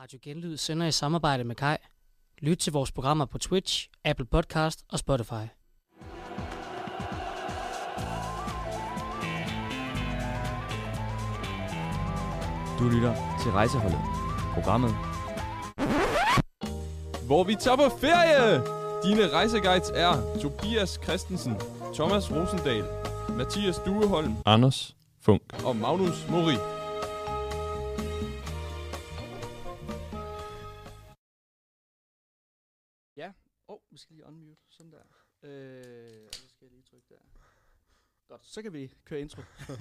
Radio Genlyd sender i samarbejde med Kai. Lyt til vores programmer på Twitch, Apple Podcast og Spotify. Du lytter til Rejseholdet. Programmet, hvor vi tager på ferie! Dine rejseguides er Tobias Christensen, Thomas Rosendal, Mathias Dueholm, Anders Funk og Magnus Mori. Ja, vi skal lige unmute, sådan der. Og så skal jeg lige trykke der. Godt, så kan vi køre intro.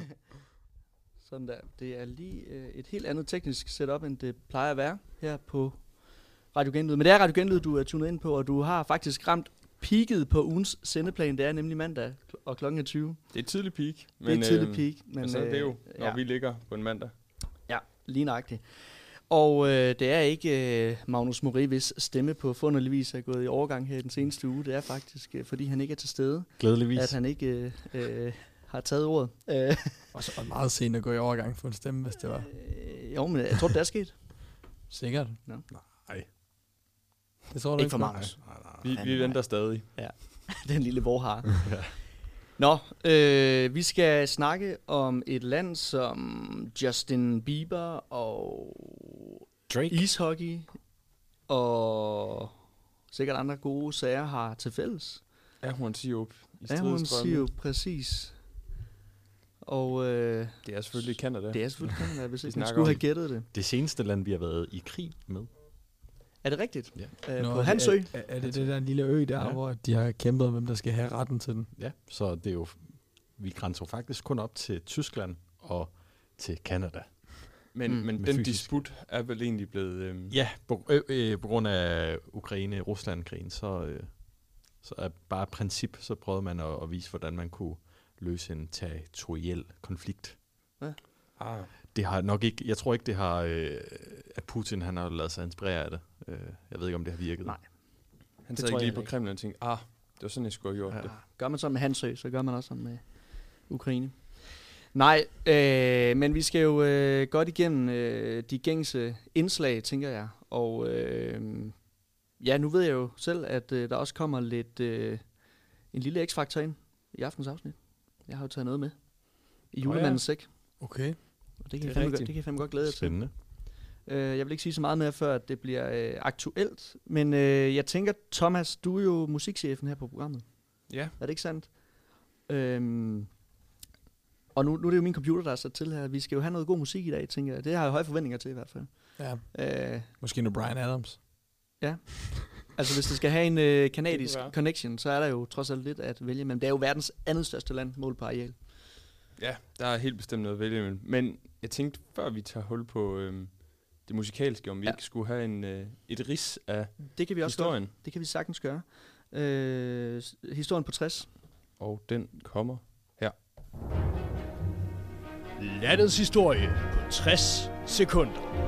Sådan der. Det er lige et helt andet teknisk setup, end det plejer at være her på Radio Genlyd. Men det er Radio Genlyd, du er tunet ind på, og du har faktisk ramt peaket på ugens sendeplan. Det er nemlig mandag, og klokken er 20. Det er et tidligt peak. Men, det er et tidligt peak. Men, altså, det er jo, når vi ligger på en mandag. Ja, lige nøjagtigt. Og det er ikke Magnus Mori, hvis stemme på forunderlig vis er gået i overgang her i den seneste uge. Det er faktisk, fordi han ikke er til stede. glædeligvis. At han ikke har taget ordet. Og så meget sent at gå i overgang for en stemme, hvis det var. Jo, men jeg tror, det er sket. Sikkert. No. Nej. Det tror du ikke for Magnus. Vi venter stadig. Ja, den lille vorhar. Nå, vi skal snakke om et land som Justin Bieber og Drake, ishockey og sikkert andre gode sager har til fælles. Sirup i Sirup, præcis. Og det er selvfølgelig Canada. Det er selvfølgelig Canada, hvis ikke man skulle have gættet det. Det seneste land, vi har været i krig med. Er det rigtigt? Ja. På Hansø? Er det det der lille ø der, hvor de har kæmpet om, hvem der skal have retten til den? Ja, så det er jo, vi grænser faktisk kun op til Tyskland og til Canada. Men den fysisk disput er vel egentlig blevet... Ja, på grund af Ukraine-Rusland-krigen, så er bare princip, så prøvede man at vise, hvordan man kunne løse en territorial konflikt. Ja. Det har nok ikke, jeg tror ikke, det har, at Putin han har ladet sig inspirere af det. Jeg ved ikke, om det har virket. Nej. Han sad ikke lige på Kreml og tænkte, det var sådan, jeg skulle have gjort det. Gør man sådan med Hansø, så gør man også sådan med Ukraine. Nej, men vi skal jo godt igennem de gængse indslag, tænker jeg. Og nu ved jeg jo selv, at der også kommer lidt en lille x-faktor ind i aftens afsnit. Jeg har jo taget noget med i julemandens sæk. Okay. Og det kan jeg fandme godt glæde jer til. Spændende. Jeg vil ikke sige så meget mere, før at det bliver aktuelt. Men jeg tænker, Thomas, du er jo musikchefen her på programmet. Ja. Er det ikke sandt? Og nu er det jo min computer, der er sat til her. Vi skal jo have noget god musik i dag, tænker jeg. Det har jeg høje forventninger til i hvert fald. Ja. Måske noget Bryan Adams. Ja. Altså hvis det skal have en kanadisk connection, så er der jo trods alt lidt at vælge. Men det er jo verdens andet største land, mål på areal. Ja, der er helt bestemt noget at vælge imellem. Men jeg tænkte, før vi tager hul på det musikalske, om vi ikke skulle have et rids af det kan vi også historien. Gøre. Det kan vi sagtens gøre. Historien på 60. Og den kommer her. Landets historie på 60 sekunder.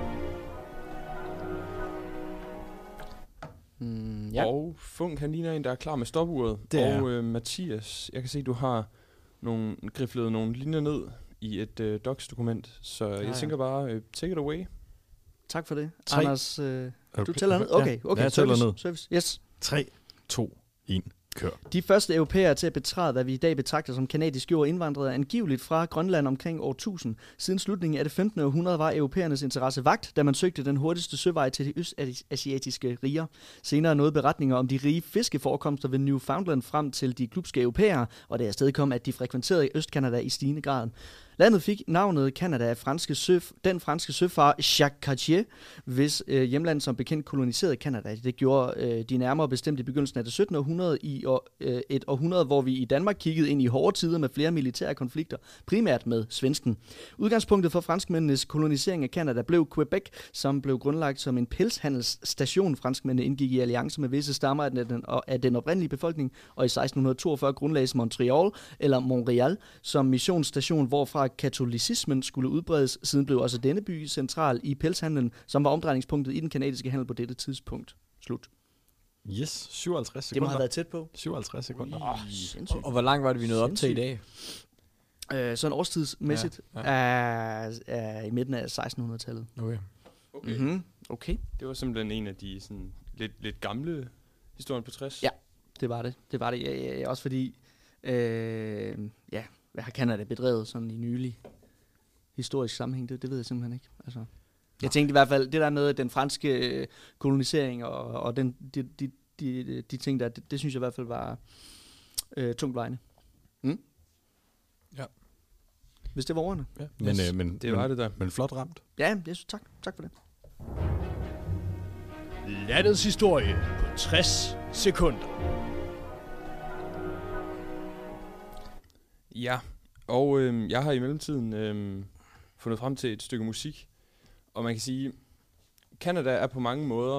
Ja. Og Funk, han ligner en, der er klar med stopuret. Og Mathias, jeg kan se, du har griflet nogle linjer ned i et docs-dokument. Så jeg tænker bare, take it away. Tak for det. 3. Anders, du tæller ned? Okay. Jeg tæller ned. Service. Yes. 3, 2, 1, kør. De første europæere til at betræde, hvad vi i dag betragter som kanadisk jord, indvandrede angiveligt fra Grønland omkring år 1000. Siden slutningen af det 15. århundrede var europæernes interesse vagt, da man søgte den hurtigste søvej til de østasiatiske riger. Senere nåede beretninger om de rige fiskeforekomster ved Newfoundland frem til de klubske europæere, og det afstedkom, at de frekventerede Østcanada i stigende grad. Landet fik navnet Canada af den franske søfar Jacques Cartier, hvis hjemland som bekendt koloniserede Canada. Det gjorde de nærmere bestemt i begyndelsen af det 17. århundrede, et århundrede, hvor vi i Danmark kiggede ind i hårde tider med flere militære konflikter, primært med svensken. Udgangspunktet for franskmændenes kolonisering af Canada blev Quebec, som blev grundlagt som en pelshandelsstation. Franskmændene indgik i alliance med visse stammer af den oprindelige befolkning, og i 1642 grundlagdes Montreal som missionsstation, hvorfra katolicismen skulle udbredes. Siden blev også denne by central i pelshandlen, som var omdrejningspunktet i den kanadiske handel på dette tidspunkt. Slut. Yes, 57 sekunder. Det må have været tæt på. 57 sekunder. Og hvor langt var det, vi nåede op til i dag? Sådan årstidsmæssigt er i midten af 1600-tallet. Okay. Mm-hmm. Okay. Det var simpelthen en af de sådan, lidt gamle historier på 60. Ja. Det var det. Det var det. Ja, også fordi, hvad har Canada bedrevet sådan i nylig historisk sammenhæng? Det ved jeg simpelthen ikke. Altså, jeg tænkte i hvert fald, det der med den franske kolonisering og de ting der, det synes jeg i hvert fald var tungtvejende. Ja. Hvis det var ordene. Ja. Men det var det der. Men flot ramt. Ja, jeg synes, tak for det. Landets historie på 60 sekunder. Ja, og jeg har i mellemtiden fundet frem til et stykke musik, og man kan sige, Canada er på mange måder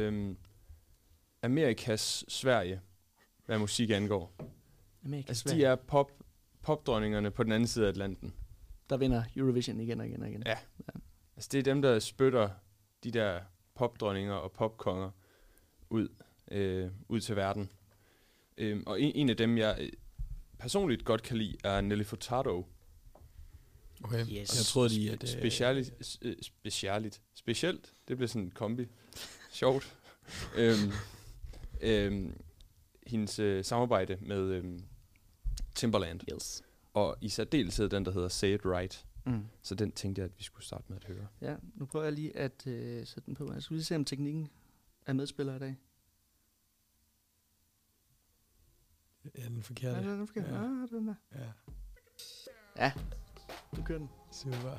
Amerikas Sverige, hvad musik angår. Altså, de er popdronningerne på den anden side af Atlanten. Der vinder Eurovision igen og igen og igen. Ja. Altså, det er dem, der spytter de der popdronninger og popkonger ud til verden. Og en af dem, jeg personligt godt kan lide, er Nelly Furtado. Okay. Yes. Jeg troede lige, at... Specielt. Det bliver sådan en kombi. Sjovt. Hendes samarbejde med Timbaland. Yes. Og i særdeleshed den, der hedder Say It Right. Så den tænkte jeg, at vi skulle starte med at høre. Ja, nu prøver jeg lige at sætte den på. Jeg skal lige se, om teknikken er medspiller i dag. Ja, den forkerte. Ja, den forkerte. Ja. Den der. Ja. Ja, nu kører den. Super.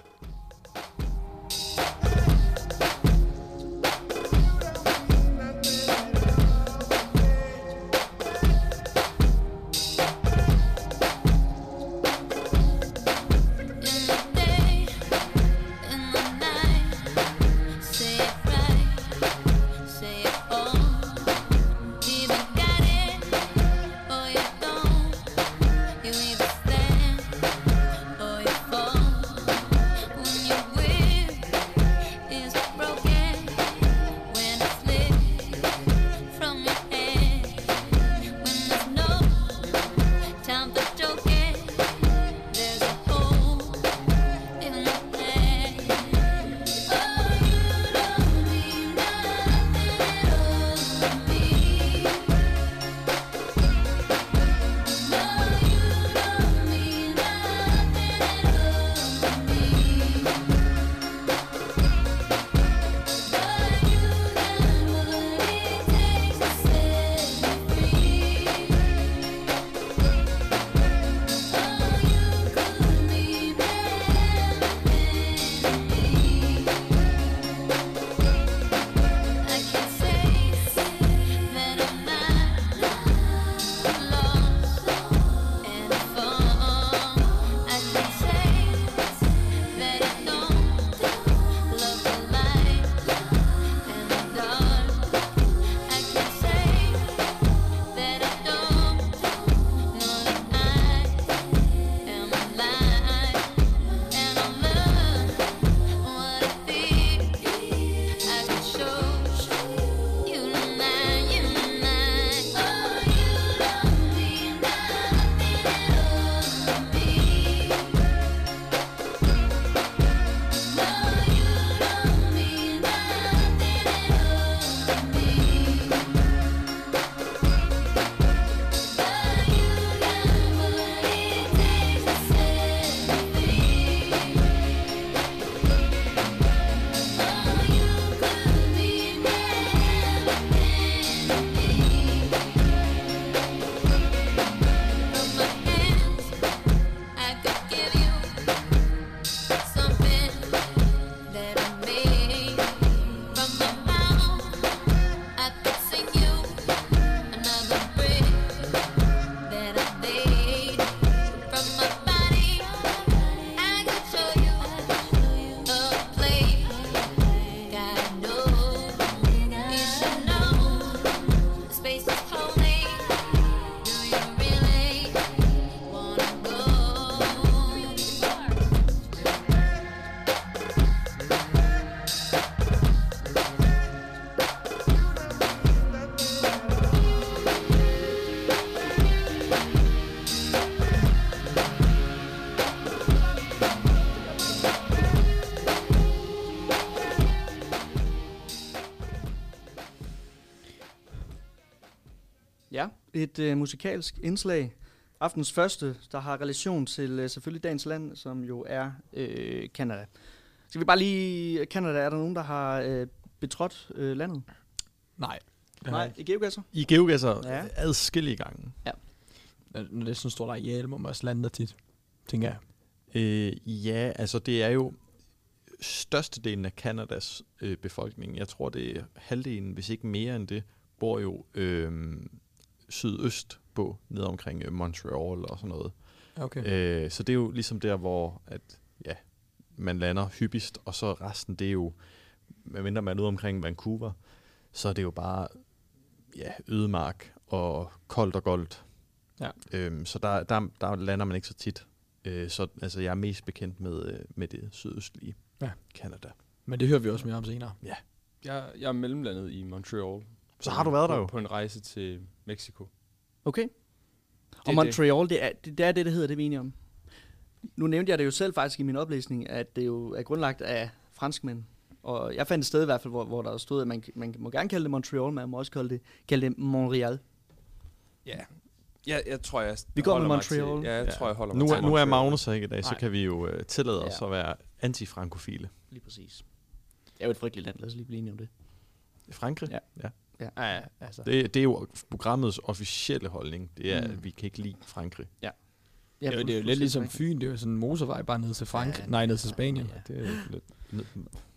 Ja, et musikalsk indslag. Aftens første, der har relation til selvfølgelig dagens land, som jo er Canada. Skal vi bare lige... Canada, er der nogen, der har betrådt landet? Nej. Nej, i geogasser? I geogasser adskillige gange. Ja. Når det er sådan stort areal, må man også lande der tit, tænker jeg. Ja, altså det er jo størstedelen af Canadas befolkning. Jeg tror, det er halvdelen, hvis ikke mere end det, bor jo sydøst på, ned omkring Montreal og sådan noget. Okay. Så det er jo ligesom der, hvor at, man lander hyppigst, og så resten, det er jo, medmindre man er ude omkring Vancouver, så er det jo bare ødemark og koldt og goldt. Ja. Så der lander man ikke så tit. Så altså, jeg er mest bekendt med det sydøstlige Canada. Men det hører vi også mere om senere. Ja. Jeg er mellemlandet i Montreal. Så har du været der jo? På en rejse til Mexico. Okay. Og Montreal, det er det, der hedder, det er vi enige om. Nu nævnte jeg det jo selv faktisk i min oplæsning, at det jo er grundlagt af franskmænd. Og jeg fandt et sted i hvert fald, hvor der stod, at man må gerne kalde det Montreal, men man må også kalde det Montreal. Ja. Jeg tror, jeg vi går med Montreal. Tror, jeg holder mig til Nu er Magnus her ikke i dag, så kan vi jo tillade os at være anti-frankofile. Lige præcis. Det er jo et frygteligt land, lad os lige blive enige om det. Frankrig? Ja, altså. Det er jo programmets officielle holdning. Det er, at vi kan ikke lide Frankrig. Ja. Det er jo lidt ligesom Fyn. Det er jo sådan en motorvej bare ned til Frankrig. Nej, ned til Spanien. Det er jo lidt...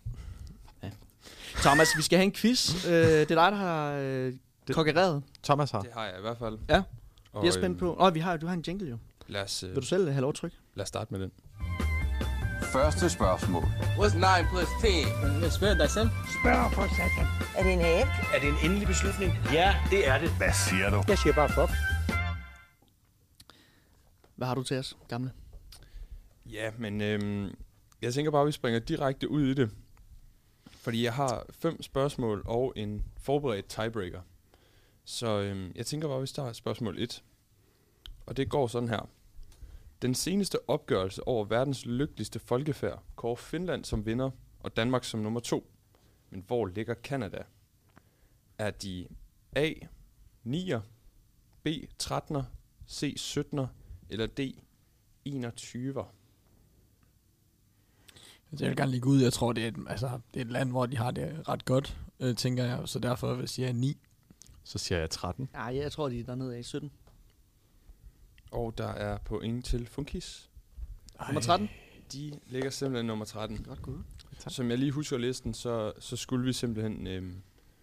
Thomas, vi skal have en quiz. Det er dig, der har kokkereret. Thomas har. Det har jeg i hvert fald. Ja. Vi er spændt på. Du har en jingle jo. Vil du selv have lov at trykke? Lad os starte med den. Første spørgsmål. What's 9 plus 10? Spørg dig selv. Spørg for satan. Er det en æg? Er det en endelig beslutning? Ja, det er det. Hvad siger du? Jeg siger bare fuck. Hvad har du til os, gamle? Ja, men jeg tænker bare, at vi springer direkte ud i det. Fordi jeg har 5 spørgsmål og en forberedt tiebreaker. Så jeg tænker bare, at vi starter spørgsmål 1. Og det går sådan her. Den seneste opgørelse over verdens lykkeligste folkefærd kårer Finland som vinder og Danmark som nummer 2. Men hvor ligger Canada? Er de A. 9'er, B. 13'er, C. 17'er eller D. 21'er? Jeg vil gerne lige gå ud. Jeg tror, det er et land, hvor de har det ret godt, tænker jeg. Så derfor vil jeg sige 9. Så siger jeg 13. Ja, jeg tror, de er dernede af 17. Og der er point til Funkis. Nummer 13? De ligger simpelthen nummer 13. Godt gået. Som jeg lige husker listen, så skulle vi simpelthen...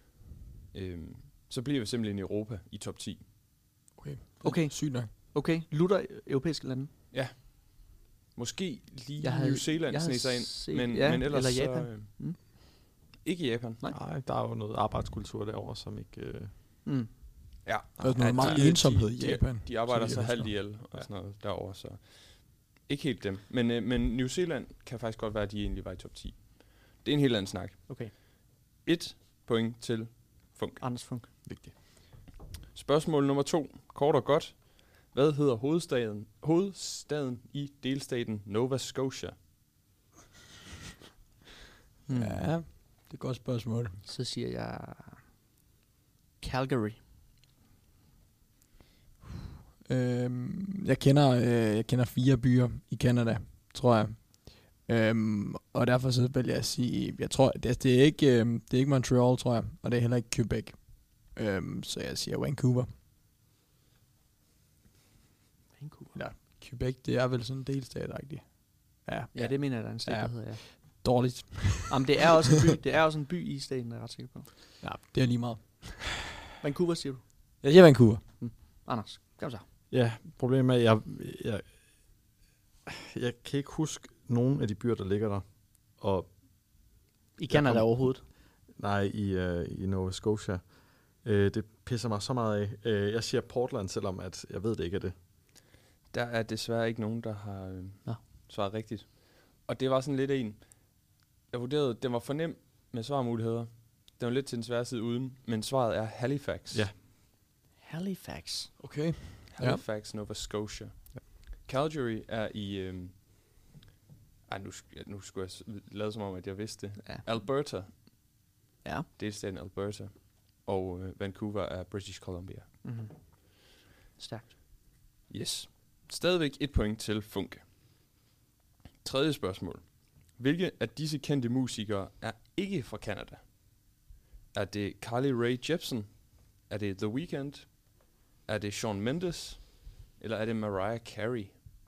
så bliver vi simpelthen i Europa i top 10. Okay. Sygt nok. Okay, lutter europæiske lande. Ja. Måske lige New Zealand sneg sig ind, men ellers eller Japan. så... Ikke Japan. Nej, der er jo noget arbejdskultur derovre, som ikke... Ja. Der er noget meget ensomhed i Japan. De arbejder så halvt ihjel og sådan noget derovre, så... Ikke helt dem. Men New Zealand kan faktisk godt være, at de egentlig var i top 10. Det er en helt anden snak. Okay. 1 point til Funk. Anders Funk. Vigtigt. Spørgsmål nummer 2. Kort og godt. Hvad hedder hovedstaden i delstaten Nova Scotia? Ja, det er et godt spørgsmål. Så siger jeg Calgary. Jeg kender 4 byer i Canada, tror jeg. Og derfor så vil jeg sige, jeg tror, det er ikke Montreal, tror jeg, og det er heller ikke Quebec. Så jeg siger Vancouver. Ja, Quebec, det er vel sådan en delstat-agtigt. Ja, det mener jeg, der er en stat, der hedder, ja. Dårligt. Jamen, det er også en by. Det er også en by i staten, er jeg ret sikker på. Ja, det er lige meget. Vancouver, siger du? Jeg siger Vancouver. Anders, kom så. Ja, problemet er, at jeg kan ikke huske nogen af de byer, der ligger der. Og I Canada overhovedet? Nej, i Nova Scotia. Det pisser mig så meget af. Jeg siger Portland, selvom at jeg ved det ikke er det. Der er desværre ikke nogen, der har svaret rigtigt. Og det var sådan lidt en... Jeg vurderede, den var for nem med svarmuligheder. Den var lidt til den svære side uden, men svaret er Halifax. Ja. Halifax. Okay. Halifax, Nova Scotia. Ja. Calgary er i... nu skulle jeg lade som om, at jeg vidste det. Ja. Alberta. Ja. Delstaten Alberta. Og Vancouver er British Columbia. Mm-hmm. Stærkt. Yes. Stadigvæk 1 point til Funke. Tredje spørgsmål. Hvilke af disse kendte musikere er ikke fra Canada? Er det Carly Rae Jepsen? Er det The Weeknd? Er det Shawn Mendes? Eller er det Mariah Carey?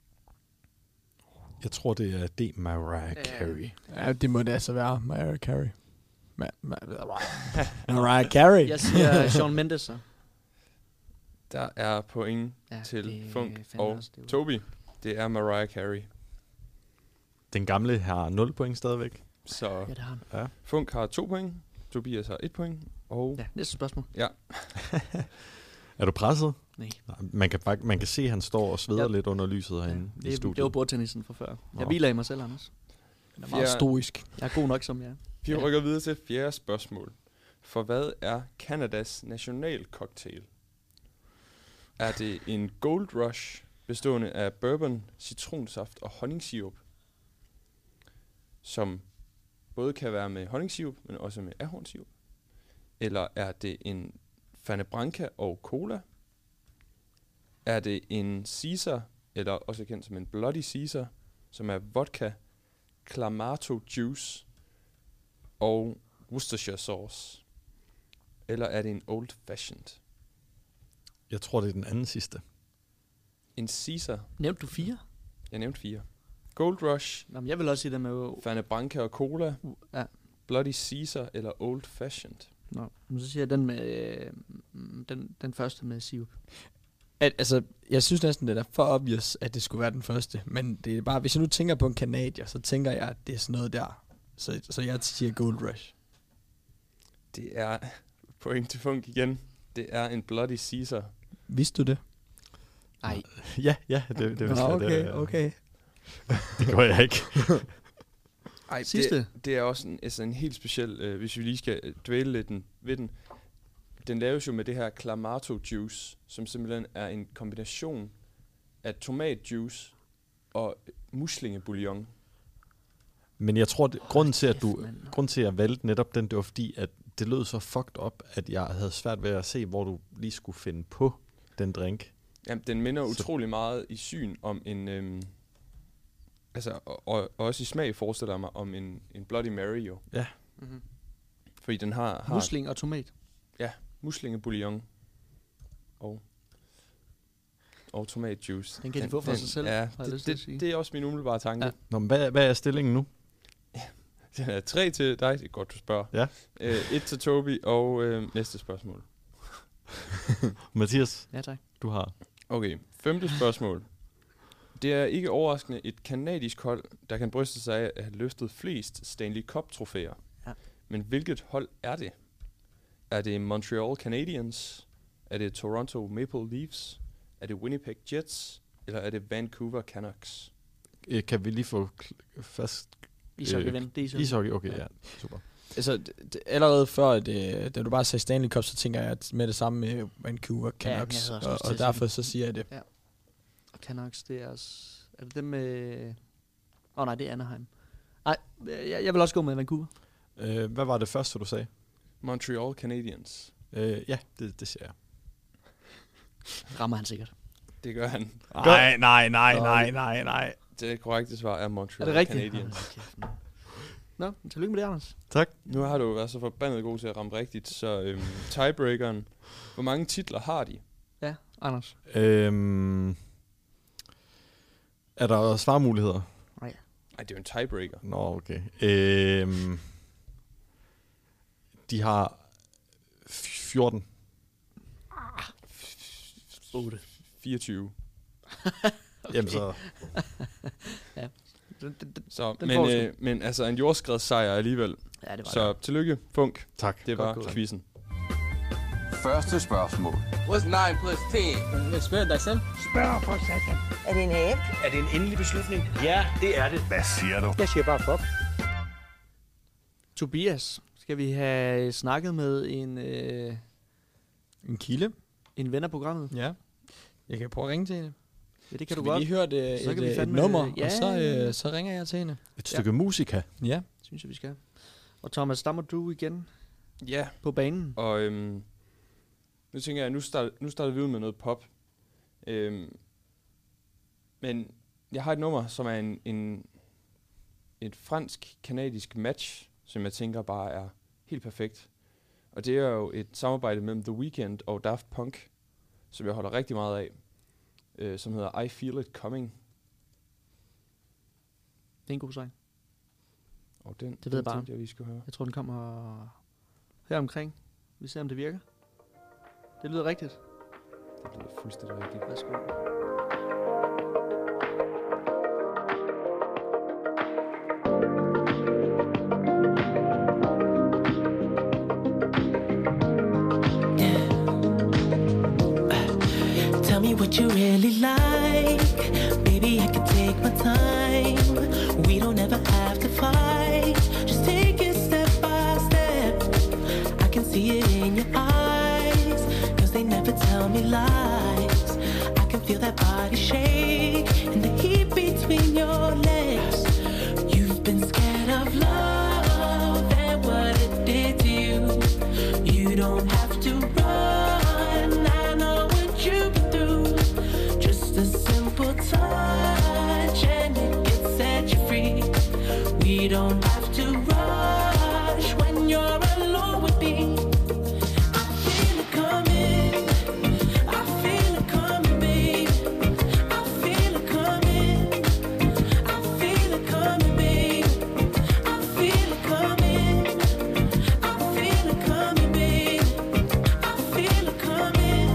Jeg tror, det er det Mariah Carey. Ja, det må det altså være Mariah Carey. Mariah Carey. Jeg siger Shawn Mendes, så. Der er point til Funk og Toby. Det er Mariah Carey. Den gamle har 0 point stadigvæk. Så Ja, det har han. Ja. Funk har 2 point. Tobias har 1 point. Og Ja, næste spørgsmål. Er du presset? Nej. Man kan se, at han står og sveder lidt under lyset herinde i studiet. Det var bordtennisen fra før. Jeg Nå. hviler i mig selv, Anders. Den er meget stoisk. Jeg er god nok, som jeg er. vi rykker videre til 4. spørgsmål. For hvad er Canadas nationalcocktail? Er det en Gold Rush bestående af bourbon, citronsaft og honningsirup, som både kan være med honningsirup, men også med ahornsirup? Eller er det en Fanny Branca og cola? Er det en Caesar, eller også kendt som en Bloody Caesar, som er vodka, Clamato juice og Worcestershire sauce? Eller er det en Old Fashioned? Jeg tror, det er den anden sidste. En Caesar. Nævnte du 4? Jeg nævnte 4. Gold Rush, Nå, men jeg vil også sige det med... Fanny Branca og cola, Ja. Bloody Caesar eller Old Fashioned. Nå, men så siger jeg den med... den første med sirup. Altså, jeg synes næsten, det er for obvious, at det skulle være den første. Men det er bare, hvis jeg nu tænker på en kanadier, så tænker jeg, at det er sådan noget der. Så jeg siger Gold Rush. Det er point til Funk igen. Det er en Bloody Caesar. Vidste du det? Nej. Ja, det vidste jeg. Okay. Det gør jeg ikke. Ej, Sidste. Det er også en helt speciel, hvis vi lige skal dvæle lidt ved den. Den laves jo med det her Clamato juice, som simpelthen er en kombination af tomatjuice og muslingebouillon. Men jeg tror, grunden til, at jeg valgte netop den, det var fordi, at det lød så fucked up, at jeg havde svært ved at se, hvor du lige skulle finde på den drink. Jamen, den minder utrolig meget i syn om en... og også i smag forestiller jeg mig om en Bloody Mary jo. Ja. Mm-hmm. Fordi den har Musling og tomat. Ja, muslingebouillon og tomatjuice. Den kan de få for sig selv, Ja, har jeg lyst til at sige. det er også min umiddelbare tanke. Ja. Nå, men hvad er stillingen nu? Den er 3 til dig. Det er godt, du spørger. Ja. 1 til Toby, og næste spørgsmål. Mathias, Ja, tak. du har. Okay, 5. spørgsmål. Det er ikke overraskende et kanadisk hold, der kan bryste sig af at have løftet flest Stanley Cup-trofæer. Ja. Men hvilket hold er det? Er det Montreal Canadiens? Er det Toronto Maple Leafs? Er det Winnipeg Jets? Eller er det Vancouver Canucks? Kan vi lige få fast... Ishockey-ven. Det er Ishockey, okay, ja. Super. Altså, allerede før, da du bare sagde Stanley Cup, så tænker jeg at med det samme med Vancouver Canucks, og derfor så siger jeg det. Ja. Og Canucks, det er også... Er det dem med... nej, det er Anaheim. Nej, jeg vil også gå med Vancouver. Hvad var det første, du sagde? Montreal Canadiens. Ja, det siger jeg. Rammer han sikkert. Det gør han. Nej. Det korrekte svar er Montreal Er det rigtigt? Canadiens. Nå, tillykke med det, Anders. Tak. Nu har du været så forbandet god til at ramme rigtigt, så tiebreakeren. Hvor mange titler har de? Ja, Anders. Er der svarmuligheder? Nej, det er jo en tiebreaker. Nå, okay. De har 14. 8. 24. Okay. Jamen så... Ja. Så, den men altså en jordskredssejr alligevel. Ja, det var Så det. tillykke, Funk. Tak. Det var Godt. quizzen. Første spørgsmål. What's 9 plus 10? Spørg dig selv. Spørg for satan. Er det en æg? Er det en endelig beslutning? Ja, det er det. Hvad siger du? Jeg siger bare fuck. Tobias, skal vi have snakket med En kilde? en ven af programmet? Ja. Jeg kan prøve at ringe til hende. Ja, det kan Skal du godt. vi lige høre et, Så kan vi et fandme- nummer, ja. og så ringer jeg til hende. Et stykke musika. Ja. Synes jeg, vi skal. Og Thomas, der må du igen Ja, på banen. og nu tænker jeg, nu starter vi ud med noget pop. Men jeg har et nummer, som er et fransk-kanadisk match, som jeg tænker bare er helt perfekt. Og det er jo et samarbejde mellem The Weeknd og Daft Punk, som jeg holder rigtig meget af, som hedder I Feel It Coming. Det er en god sang. Og den, det ved jeg bare. Jeg, vi skal høre. Jeg tror, den kommer her omkring. Vi ser, om det virker. Det lyder rigtigt. Det lyder fuldstændig rigtigt. Værsgo. Tell me what you really like. Baby, I can take my time. We don't ever have to fight. Just take it step by step. I can see it in your eyes, 'cause they never tell me lies. I can feel that body shake and the heat between your legs. You've been scared of love and what it did to you. You don't have to run. I know what you've been through. Just a simple touch and it can set you free. We don't have to rush when you're alone with me. I feel it coming. I feel it coming, babe. I feel it coming. I feel it coming, babe. I feel it coming. I feel it coming, babe. I feel it coming.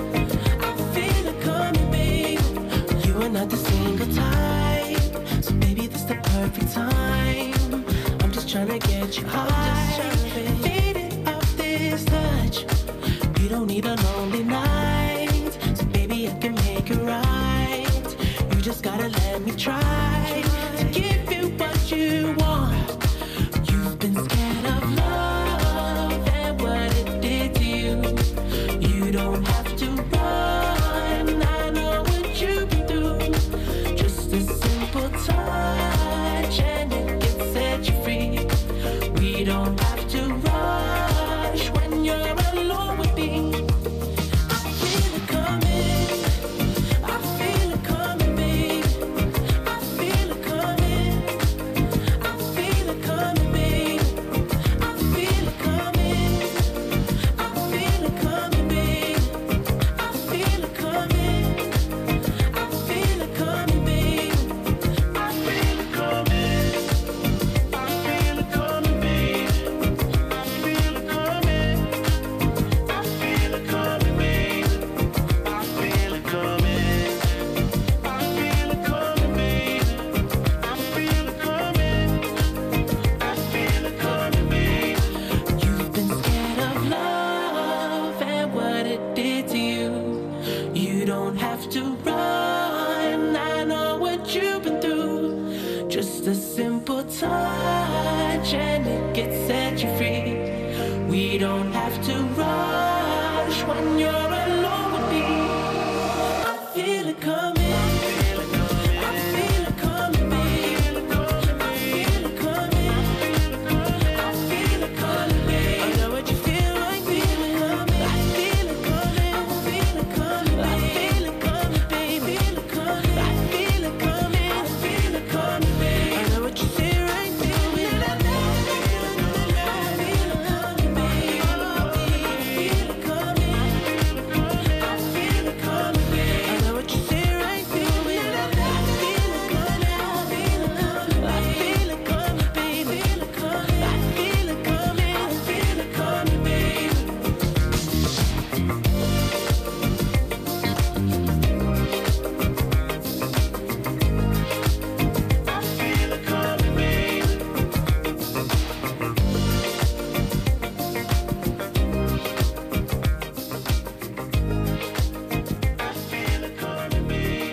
I feel it coming, babe. You are not the single type, so baby, this the perfect time. I'm just tryna get you high, faded off this touch. You don't need a lonely night, so baby, I can make it right. You just gotta let me try to give you what you want. You've been scared of love and what it did to you. You don't have to run. I know what you've been through. Just a simple touch and it can set you free. We don't have to rush when you're alone with me. I feel it coming. I feel it coming, babe. I feel it coming. I feel it coming, babe. I feel it coming. I feel it coming, babe. I feel it coming. I feel it coming, babe. I feel it coming. I feel it coming, babe. I feel it coming. I feel it coming, babe. I feel it coming. I feel it coming, babe. I feel it coming. I feel it coming, babe. You've been scared of love and what it did to you. You don't have to run. I know what you've been through. Just a simple touch and it can set you free. We don't have to rush when you're alone with me. I feel it coming. I feel it coming, babe. I feel it coming. I feel it coming, babe. I know what you feel like. Feel it coming. I feel it coming. I feel it coming, babe. I feel it coming, babe. Feel it coming. I feel it coming. I feel it coming, babe. I know what you feel right. Feel it. I feel it coming, babe. I feel it coming. I feel it coming, babe. I know what you feel right. Feel it. I feel it coming. I feel it coming. I feel it coming, babe. Feel it coming. I feel it coming. I feel it coming, babe. I feel it coming, babe. I feel it coming, babe.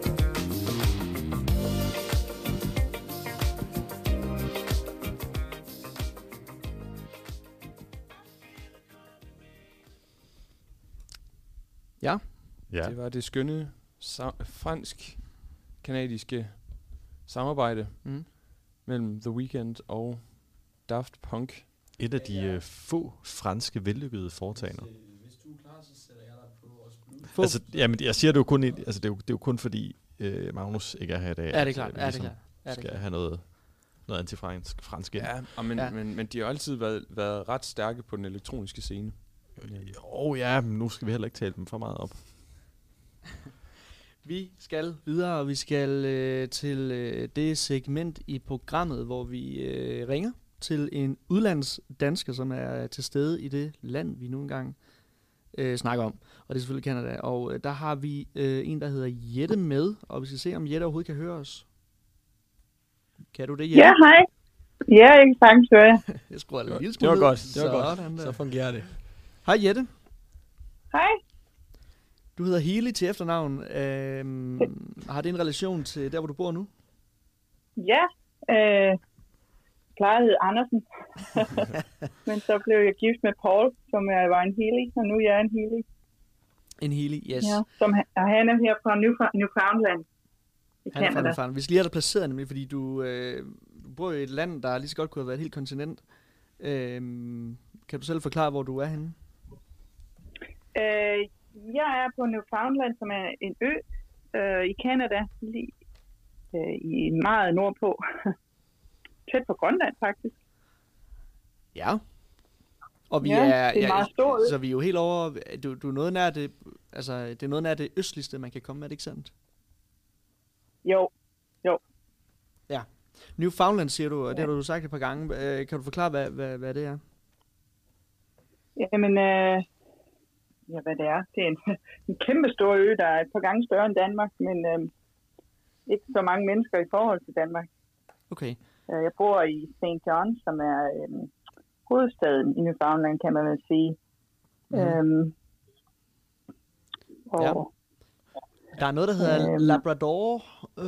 Ja. Ja. Det var det skønne fransk-kanadiske samarbejde mellem The Weeknd og Daft Punk. Et af de få franske vellykkede foretagender. Hvis du er klar, så sætter jeg dig på også få... Altså, jamen, jeg siger det jo kun, altså, det er jo kun fordi Magnus ikke er her i dag. Ja, det er klart. Ja, det er klart. Skal have noget antifransk ind. Ja, men de har altid været ret stærke på den elektroniske scene. Men nu skal vi heller ikke tale dem for meget op. Vi skal videre, og vi skal til det segment i programmet, hvor vi ringer til en udlandsdansker, som er til stede i det land, vi nu engang snakker om. Og det er selvfølgelig Canada. Og der har vi en, der hedder Jette med, og vi skal se, om Jette overhovedet kan høre os. Kan du det, Jette? Ja, hej. Ja, jeg kan sagtens høre jer. Jeg skruer lidt lille Det var godt. Så fungerer det. Hej Jette. Hej. Du hedder Healy til efternavn. Har det en relation til der, hvor du bor nu? Ja, plejede at hedde Andersen. Men så blev jeg gift med Paul, som jeg var en Healy, og nu er jeg en Healy. En Healy, yes. Ja, og han er her fra Newfoundland i Canada. Vi skal lige have dig placeret, nemlig, fordi du bor i et land, der lige så godt kunne have været et helt kontinent. Kan du selv forklare, hvor du er henne? Jeg er på Newfoundland, som er en ø i Canada, lige i meget nordpå. Tæt på Grønland, faktisk. Ja. Og vi det er meget stort. Så vi er jo helt over... Du er noget nær det... Altså, det er noget nær det østligste, man kan komme med, er det ikke sandt? Jo. Ja. Newfoundland, siger du, og det har du sagt et par gange. Kan du forklare, hvad det er? Jamen, hvad det er? Det er en kæmpe stor ø, der er et par gange større end Danmark, men ikke så mange mennesker i forhold til Danmark. Okay. Jeg bor i St. John, som er hovedstaden i Newfoundland, kan man vel sige. Og der er noget, der hedder Labrador.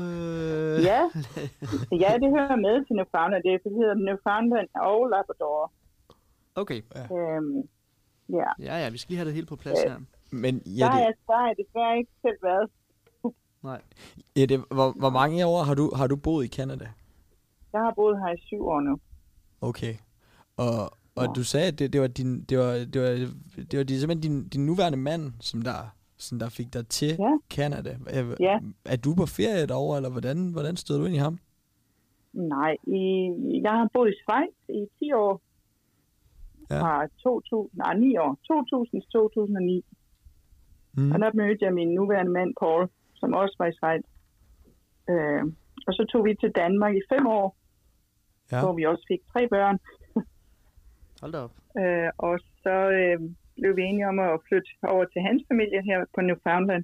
Ja, det hører med til Newfoundland. Det hedder Newfoundland og Labrador. Okay. Ja, vi skal lige have det helt på plads her. Men der har jeg desværre ikke selv været. Nej. Hvor mange år har du boet i Canada? Jeg har boet her i 7 år nu. Okay. Og du sagde, at det var simpelthen din nuværende mand, som der fik dig til Canada. Er du på ferie derovre, eller hvordan stod du ind i ham? Nej, jeg har boet i Schweiz i 10 år. Fra 2009 år. 2000 til 2009. Og der mødte jeg min nuværende mand, Paul, som også var i Schweiz. Og så tog vi til Danmark i 5 år, hvor vi også fik 3 børn. Hold da op. Og så blev vi enige om at flytte over til hans familie her på Newfoundland.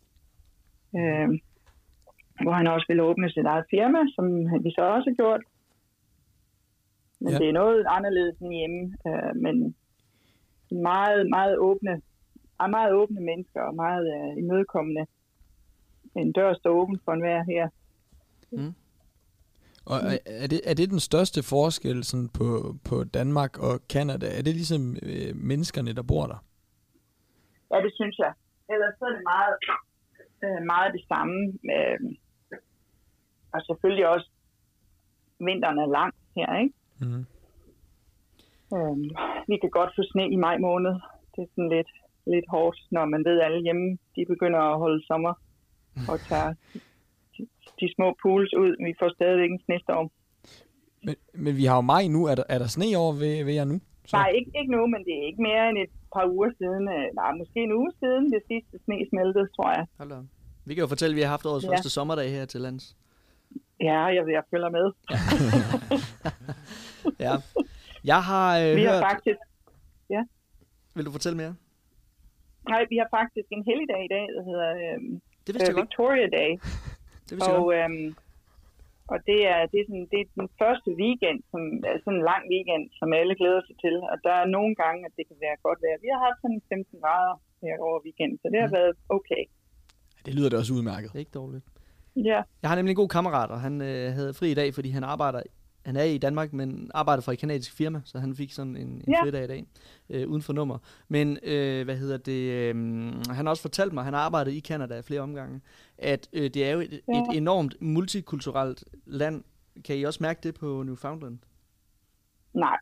Hvor han også ville åbne sit eget firma, som vi så også har gjort. Men det er noget anderledes end hjemme. Men meget, meget åbne mennesker og meget imødekommende. En dør står åben for enhver her. Og er det den største forskel sådan på Danmark og Canada? Er det ligesom menneskerne, der bor der? Ja, det synes jeg. Ellers så er det meget det samme. Og selvfølgelig også, vinteren er lang her, ikke? Vi kan godt få sne i maj måned. Det er sådan lidt hårdt, når man ved, at alle hjemme de begynder at holde sommer og tager de små pools ud. Vi får stadigvæk en snestorm. Men vi har jo maj nu. Er der sne over ved jer nu? Så? Nej, ikke nu, men det er ikke mere end et par uger siden. Nej, måske en uge siden det sidste sne smeltede, tror jeg. Hold. Vi kan jo fortælle, at vi har haft årets første sommerdag her til lands. Ja, jeg følger med. Ja. Jeg har vi hørt... har faktisk... Ja. Vil du fortælle mere? Nej, vi har faktisk en helligdag i dag, der hedder Victoria Day. Og det er den første weekend, som er sådan en lang weekend, som alle glæder sig til. Og der er nogle gange, at det kan være godt vejr. Vi har haft sådan 15 grader her over weekenden, så det har været okay. Det lyder da også udmærket. Det er ikke dårligt. Ja. Jeg har nemlig en god kammerat, og han havde fri i dag, fordi han er i Danmark, men arbejder for et kanadisk firma, så han fik sådan en fridag i dag, uden for nummer. Men, han har også fortalt mig, at han har arbejdet i Canada flere omgange, at det er jo et enormt multikulturelt land. Kan I også mærke det på Newfoundland? Nej.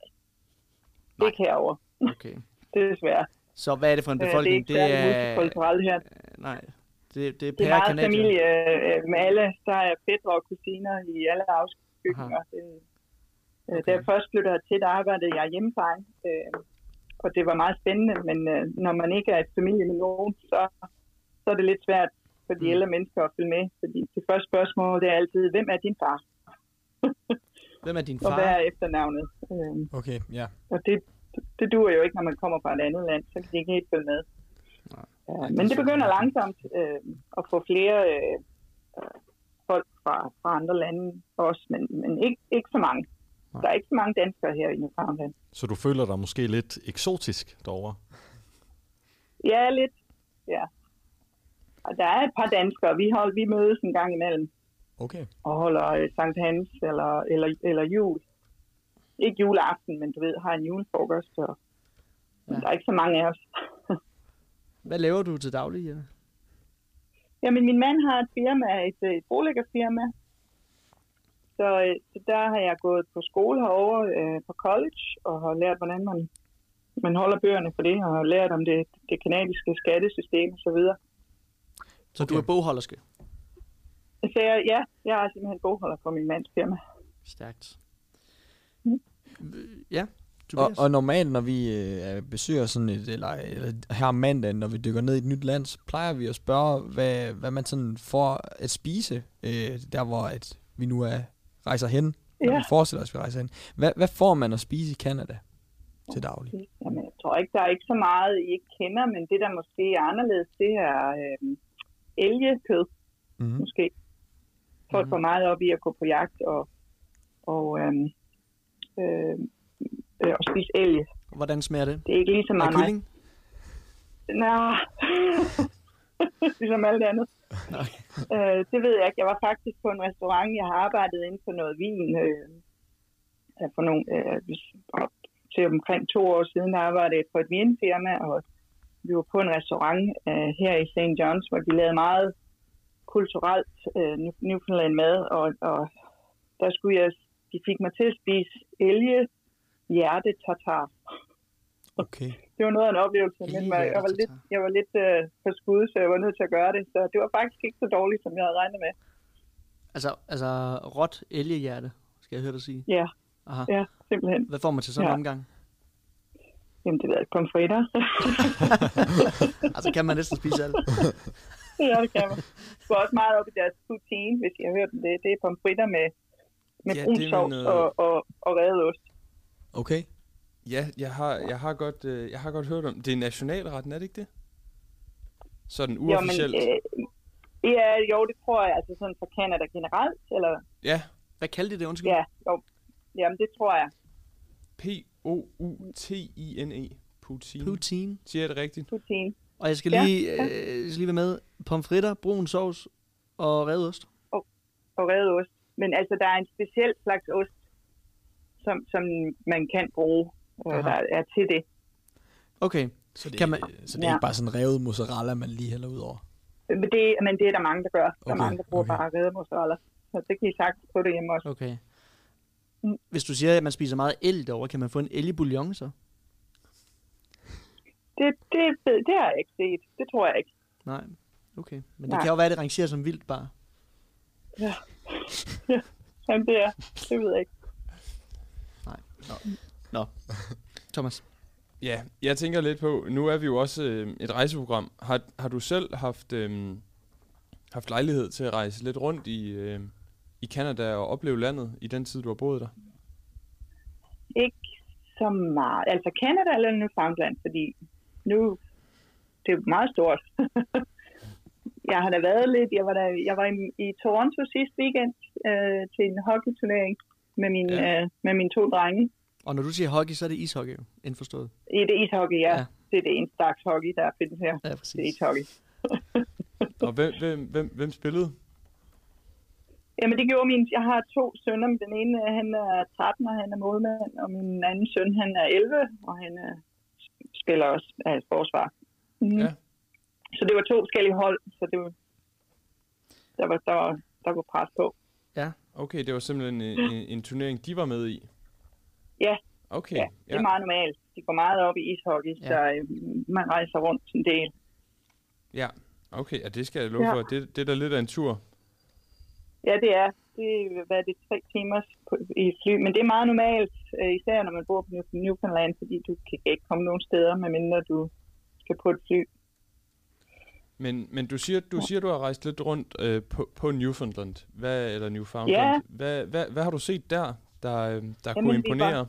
Det kan jeg over. Okay. Det er svært. Så hvad er det for en befolkning? Det er ikke multikulturelt her. nej. Det er Det er meget Canadian. familie med alle. Der er fætre og kusiner i alle afskygninger. Da jeg først flyttede hertil, der arbejdede jeg hjemmeplejen. Og det var meget spændende, men når man ikke er et familie med nogen, så er det lidt svært for de ældre mennesker at følge med. Fordi det første spørgsmål, det er altid, hvem er din far? Hvem er din far? Og hvad er efternavnet? Okay, ja. Og det duer jo ikke, når man kommer fra et andet land, så kan de ikke helt følge med. Men det begynder langsomt at få flere folk fra andre lande også, men ikke så mange. Der er ikke så mange danskere her i Newfoundland. Så du føler dig måske lidt eksotisk derovre? Ja, lidt. Ja. Og der er et par danskere. Vi mødes en gang imellem. Okay. Og holder Sankt Hans eller jul. Ikke juleaften, men du ved, har en julefrokost. Og der er ikke så mange af os. Hvad laver du til daglig, Jette? Jamen, min mand har et firma, et brolæggerfirma. Så der har jeg gået på skole herovre på college, og har lært, hvordan man holder bøgerne for det, og har lært om det kanadiske skattesystem og så videre. Så du er bogholderske? Så jeg er simpelthen bogholder for min mands firma. Stærkt. Ja. Og normalt, når vi besøger sådan eller her om mandagen, når vi dykker ned i et nyt land, så plejer vi at spørge, hvad man sådan får at spise, der hvor vi nu rejser hen, når vi forestiller os, at vi rejser hen. Hvad får man at spise i Canada til daglig? Jamen, jeg tror ikke, der er ikke så meget, I ikke kender, men det, der måske er anderledes, det er elgekød, måske. Folk går meget op i at gå på jagt og spise elg. Hvordan smager det? Det er ikke lige så meget kylling? Nej. Ligesom alt det andet. Okay. Det ved jeg ikke. Jeg var faktisk på en restaurant. Jeg har arbejdet inden for noget vin. For nogle, til omkring 2 år siden arbejdede jeg på et vinfirma, og vi var på en restaurant her i St. John's, hvor de lavede meget kulturelt Newfoundland mad, og der skulle de fik mig til at spise elge hjerte-tartar. Okay. Det var noget af en oplevelse, men jeg var lidt for skud, så jeg var nødt til at gøre det. Så det var faktisk ikke så dårligt, som jeg havde regnet med. Altså råt elgehjerte, skal jeg høre dig sige? Ja. Aha. Ja, simpelthen. Hvad får man til sådan en omgang? Jamen, det ved jeg ikke. Pomfritter. Altså, kan man næsten spise alt? Ja, det kan man. Det går også meget op i deres poutine, hvis I har hørt om det. Det er pomfritter med brun sovs og revet ost. Okay. Ja, jeg har godt hørt om det. Det er nationalretten, er det ikke det? Sådan uofficielt. Jo, det tror jeg. Altså sådan for Canada generelt, eller? Ja. Hvad kaldte det, undskyld? Ja, jo. Jamen, det tror jeg. Poutine. Poutine. Poutine. Siger jeg det rigtigt? Poutine. Og jeg skal lige være med. Pomfritter, brun sovs og revet ost. Og revet ost. Men altså, der er en speciel slags ost, som man kan bruge, der er til det. Okay. Så det er ikke bare sådan revet mozzarella, man lige hælder ud over? Men det er der mange, der gør. Der er mange, der bruger bare revet mozzarella. Så det kan I sagtens på det hjemme også. Okay. Hvis du siger, at man spiser meget elg derovre, kan man få en elgbouillon så? Det har jeg ikke set. Det tror jeg ikke. Nej, okay. Men det kan jo være, at det rangerer som vildt bare. Ja. Jamen, det ved jeg ikke. Nej. Nå. Thomas. Ja, jeg tænker lidt på, nu er vi jo også et rejseprogram. Har du selv haft lejlighed til at rejse lidt rundt i Canada og opleve landet i den tid, du har boet der? Ikke så meget. Altså Canada eller Newfoundland, fordi nu det er meget stort. Jeg har da været lidt. Jeg var i Toronto sidste weekend til en hockeyturnering med mine 2 drenge. Og når du siger hockey, så er det ishockey, indforstået? Det er ishockey, ja. Det er det eneste slags hockey, der findes her. Ja, præcis. Det er ishockey. Og hvem spillede? Jamen det gjorde jeg har 2 sønner. Den ene, han er 13, og han er målmand, og min anden søn, han er 11, og han spiller også af forsvar. Mm-hmm. Ja. Så det var 2 forskellige hold, så det var, der var pres på. Ja. Okay, det var simpelthen en turnering, de var med i? Ja. Okay. Ja, det er meget normalt. De går meget op i ishockey, så man rejser rundt en del. Ja, Okay, ja, det skal jeg love for. Det er da lidt af en tur. Ja, det er. Det er 3 timer i fly, men det er meget normalt, især når man bor på Newfoundland, fordi du kan ikke komme nogen steder, medmindre du skal på et fly. Men du siger, du har rejst lidt rundt på Newfoundland. Eller Newfoundland. Ja. Hvad har du set der kunne imponere?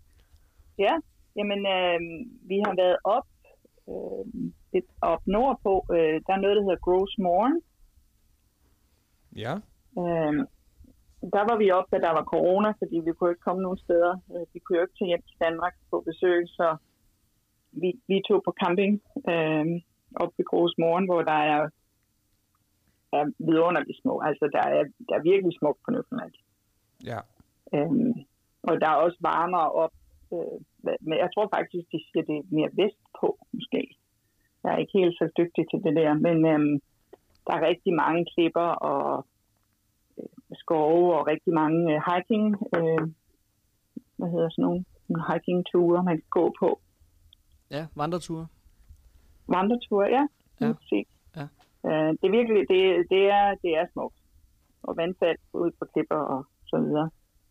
Vi har været lidt op nordpå. Der er noget, der hedder Gros Morne. Ja. Der var vi oppe, da der var corona, fordi vi kunne ikke komme nogen steder. Vi kunne jo ikke tage hjem til Danmark på besøg, så vi tog på camping op ved Gros Morne, hvor der er vidunderligt små. Altså, der er virkelig smukt på Newfoundland. Ja. Og der er også varmere op. Men jeg tror faktisk, de siger, det er mere vestpå, måske. Jeg er ikke helt så dygtig til det der, men der er rigtig mange klipper og skove og rigtig mange hiking, hiking-ture, man kan gå på. Ja, vandreture. Vandreture, ja. Præcis. Ja. Det er virkelig, det er smukt. Og vandfald ud på klipper og så videre.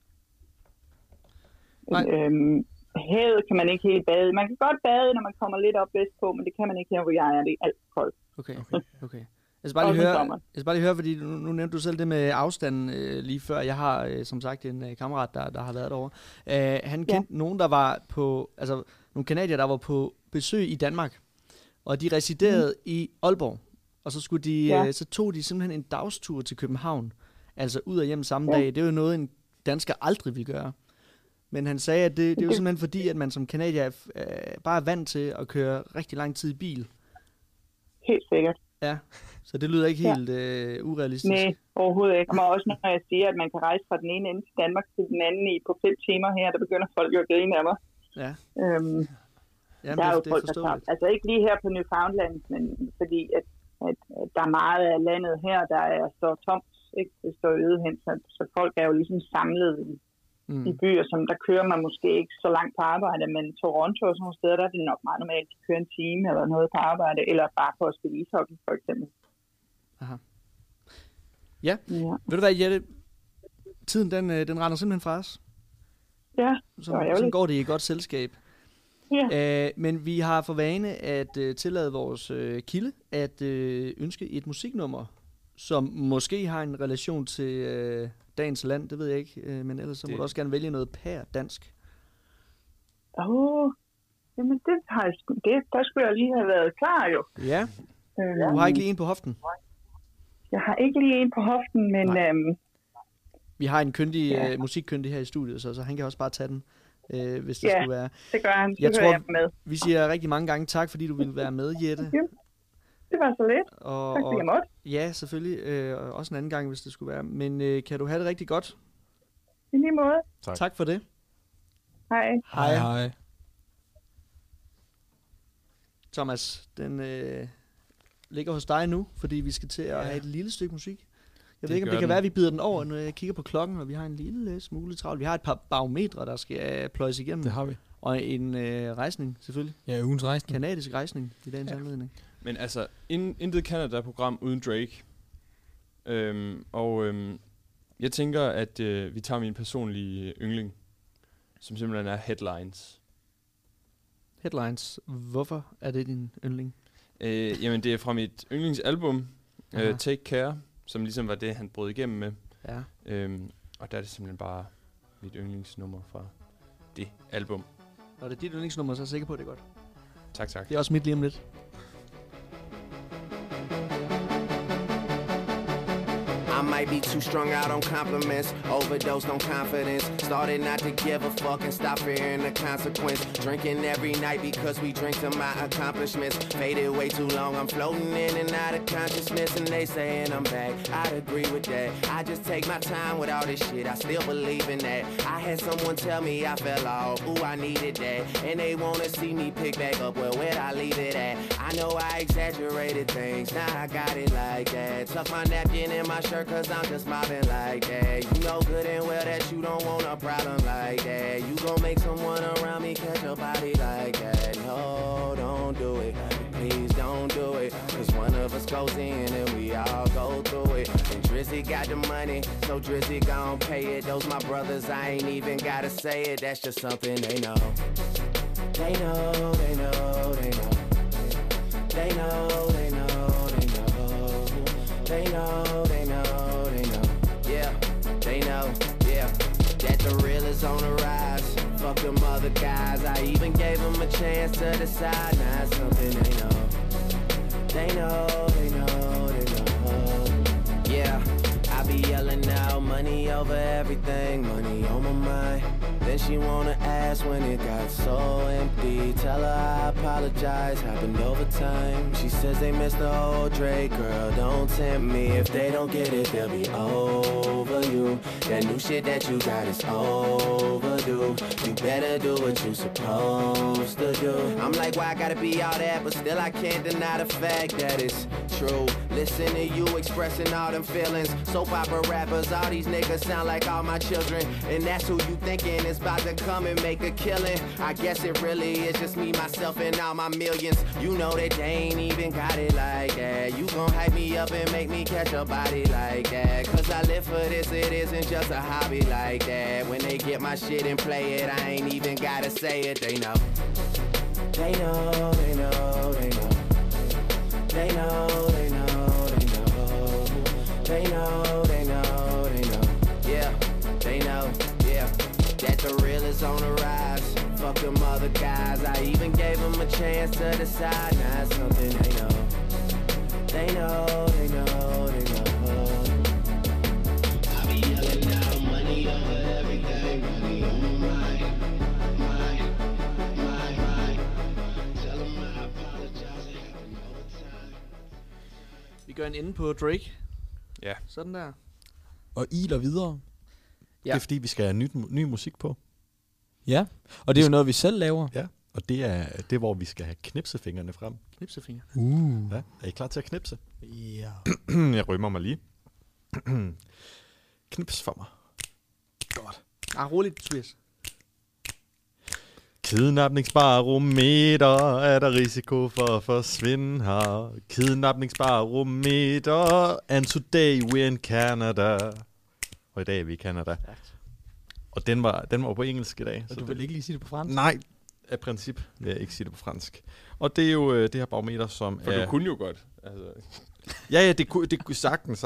Havet kan man ikke helt bade. Man kan godt bade, når man kommer lidt op vestpå, men det kan man ikke her, hvor jeg er. Det er alt koldt. Okay. Jeg skal bare lige høre, fordi nu nævnte du selv det med afstanden lige før. Jeg har som sagt en kammerat, der har været derovre. Han kendte nogen, der var på, altså nogle canadier, der var på besøg i Danmark, og de residerede i Aalborg. Og så skulle de, så tog de simpelthen en dagstur til København, altså ud og hjem samme dag. Det er jo noget, en dansker aldrig vil gøre. Men han sagde, at det er jo simpelthen fordi, at man som canadier bare er vant til at køre rigtig lang tid i bil. Helt sikkert. Ja, så det lyder ikke helt urealistisk. Nej, overhovedet ikke. Og også når jeg siger, at man kan rejse fra den ene ende til Danmark til den anden på 5 timer her, der begynder folk jo at grine af mig. Ja. Der er jo folk, der tager. Altså ikke lige her på Newfoundland, men fordi at der er meget af landet her, der er så tomt, ikke? Det står øde hen, så folk er jo ligesom samlet i byer, som der kører man måske ikke så langt på arbejde, men Toronto og sådan nogle steder, der er det nok meget normalt, at køre en time eller noget på arbejde, eller bare på at spille ishockey, for eksempel. Aha. Ja. Ved du hvad, Jette? Tiden, den render simpelthen fra os. Ja, sådan går det i et godt selskab. Ja. Men vi har for vane at tillade vores kilde at ønske et musiknummer, som måske har en relation til dagens land, det ved jeg ikke, men ellers så må du også gerne vælge noget dansk. Jamen der skulle jeg lige have været klar jo. Ja, du har ikke lige en på hoften? Jeg har ikke lige en på hoften, men vi har en kyndig musikkyndig her i studiet, så han kan også bare tage den, hvis det skulle være. Det gør han. Jeg tror, med. Vi siger rigtig mange gange tak, fordi du ville være med, Jette. Det var så lidt. Tak fordi jeg måtte. Ja, selvfølgelig. Også en anden gang, hvis det skulle være. Men kan du have det rigtig godt? I lige måde. Tak for det. Hej. Hej. Thomas, den ligger hos dig nu, fordi vi skal til at have et lille stykke musik. Jeg ved ikke, om det kan være, at vi bider den over, når jeg kigger på klokken, og vi har en lille smule travlt. Vi har et par barometre, der skal pløjes igennem. Det har vi. Og en rejsning, selvfølgelig. Ja, ugens rejsning. Kanadisk rejsning i dagens anledning. Men altså, intet Canada-program uden Drake. Jeg tænker, at vi tager min personlige yndling, som simpelthen er Headlines. Headlines. Hvorfor er det din yndling? Jamen, det er fra mit yndlingsalbum, Take Care, som ligesom var det, han brød igennem med. Ja. Og der er det simpelthen bare mit yndlingsnummer fra det album. Når det er dit yndlingsnummer, så er jeg sikker på, at det er godt. Tak. Det er også mit lige om lidt. I might be too strung out on compliments, overdosed on confidence, started not to give a fuck and stop fearing the consequence, drinking every night because we drink to my accomplishments, faded way too long, I'm floating in and out of consciousness, and they saying I'm back, I'd agree with that, I just take my time with all this shit, I still believe in that, I had someone tell me I fell off, ooh I needed that, and they wanna see me pick back up, well where'd I leave it at, I know I exaggerated things, now I got it like that, tuck my napkin in my shirt cause I'm just mobbing like that. You know good and well that you don't want a problem like that. You gon' make someone around me catch a body like that. No, don't do it. Please don't do it. Cause one of us goes in and we all go through it. And Drizzy got the money, so Drizzy gon' pay it. Those my brothers, I ain't even gotta say it. That's just something they know. They know, they know, they know. They know, they know, they know. They know, they know, they know. Yeah, they know, yeah. That the real is on the rise. Fuck them other guys. I even gave them a chance to decide. Now it's something they know. They know, they know, they know. Yeah, I be yelling out money over everything. Money on my mind. Then she wanna ask when it got so empty. Tell her I apologize, happened over time. She says they miss the old Drake, girl, don't tempt me. If they don't get it, they'll be over you. That new shit that you got is overdue. You better do what you supposed to do. I'm like, why I gotta be all that? But still I can't deny the fact that it's true. Listen to you expressing all them feelings. Soap opera rappers, all these niggas sound like all my children. And that's who you thinking is about to come and make a killing. I guess it really is just me, myself, and all my millions. You know that they ain't even got it like that. You gon' hype me up and make me catch a body like that. Cause I live for this, it isn't just a hobby like that. When they get my shit and play it, I ain't even gotta say it, they know. They know, they know, they know. They know, they know, they know. They know, they know, they know. Yeah, they know, yeah. That the real is on the rise. Fuck them other guys. I even gave them a chance to decide. Now it's something they know. They know, they know, they know. I be yelling out money over everything. Money on my mind. Tell them I apologize. Vi gør en ende på Drake. Ja. Sådan der. Og iler videre. Ja. Det er fordi, vi skal have ny musik på. Ja, og det er jo noget, vi selv laver. Ja, og det er hvor vi skal have knipsefingrene frem. Knipsefinger? Ja, er I klar til at knipse? Ja. Jeg rømmer mig lige. Knips for mig. Godt. Roligt, Tobias. Kidnapningsbarometer, er der risiko for at forsvinde her? Kidnapningsbarometer, and today we're in Canada. Og i dag er vi i Canada. Og den var på engelsk i dag. Og du vil ikke lige sige det på fransk? Nej, af princip vil jeg ikke sige det på fransk. Og det er jo det her barometer, som for du kunne jo godt. Altså. Ja, det kunne sagtens.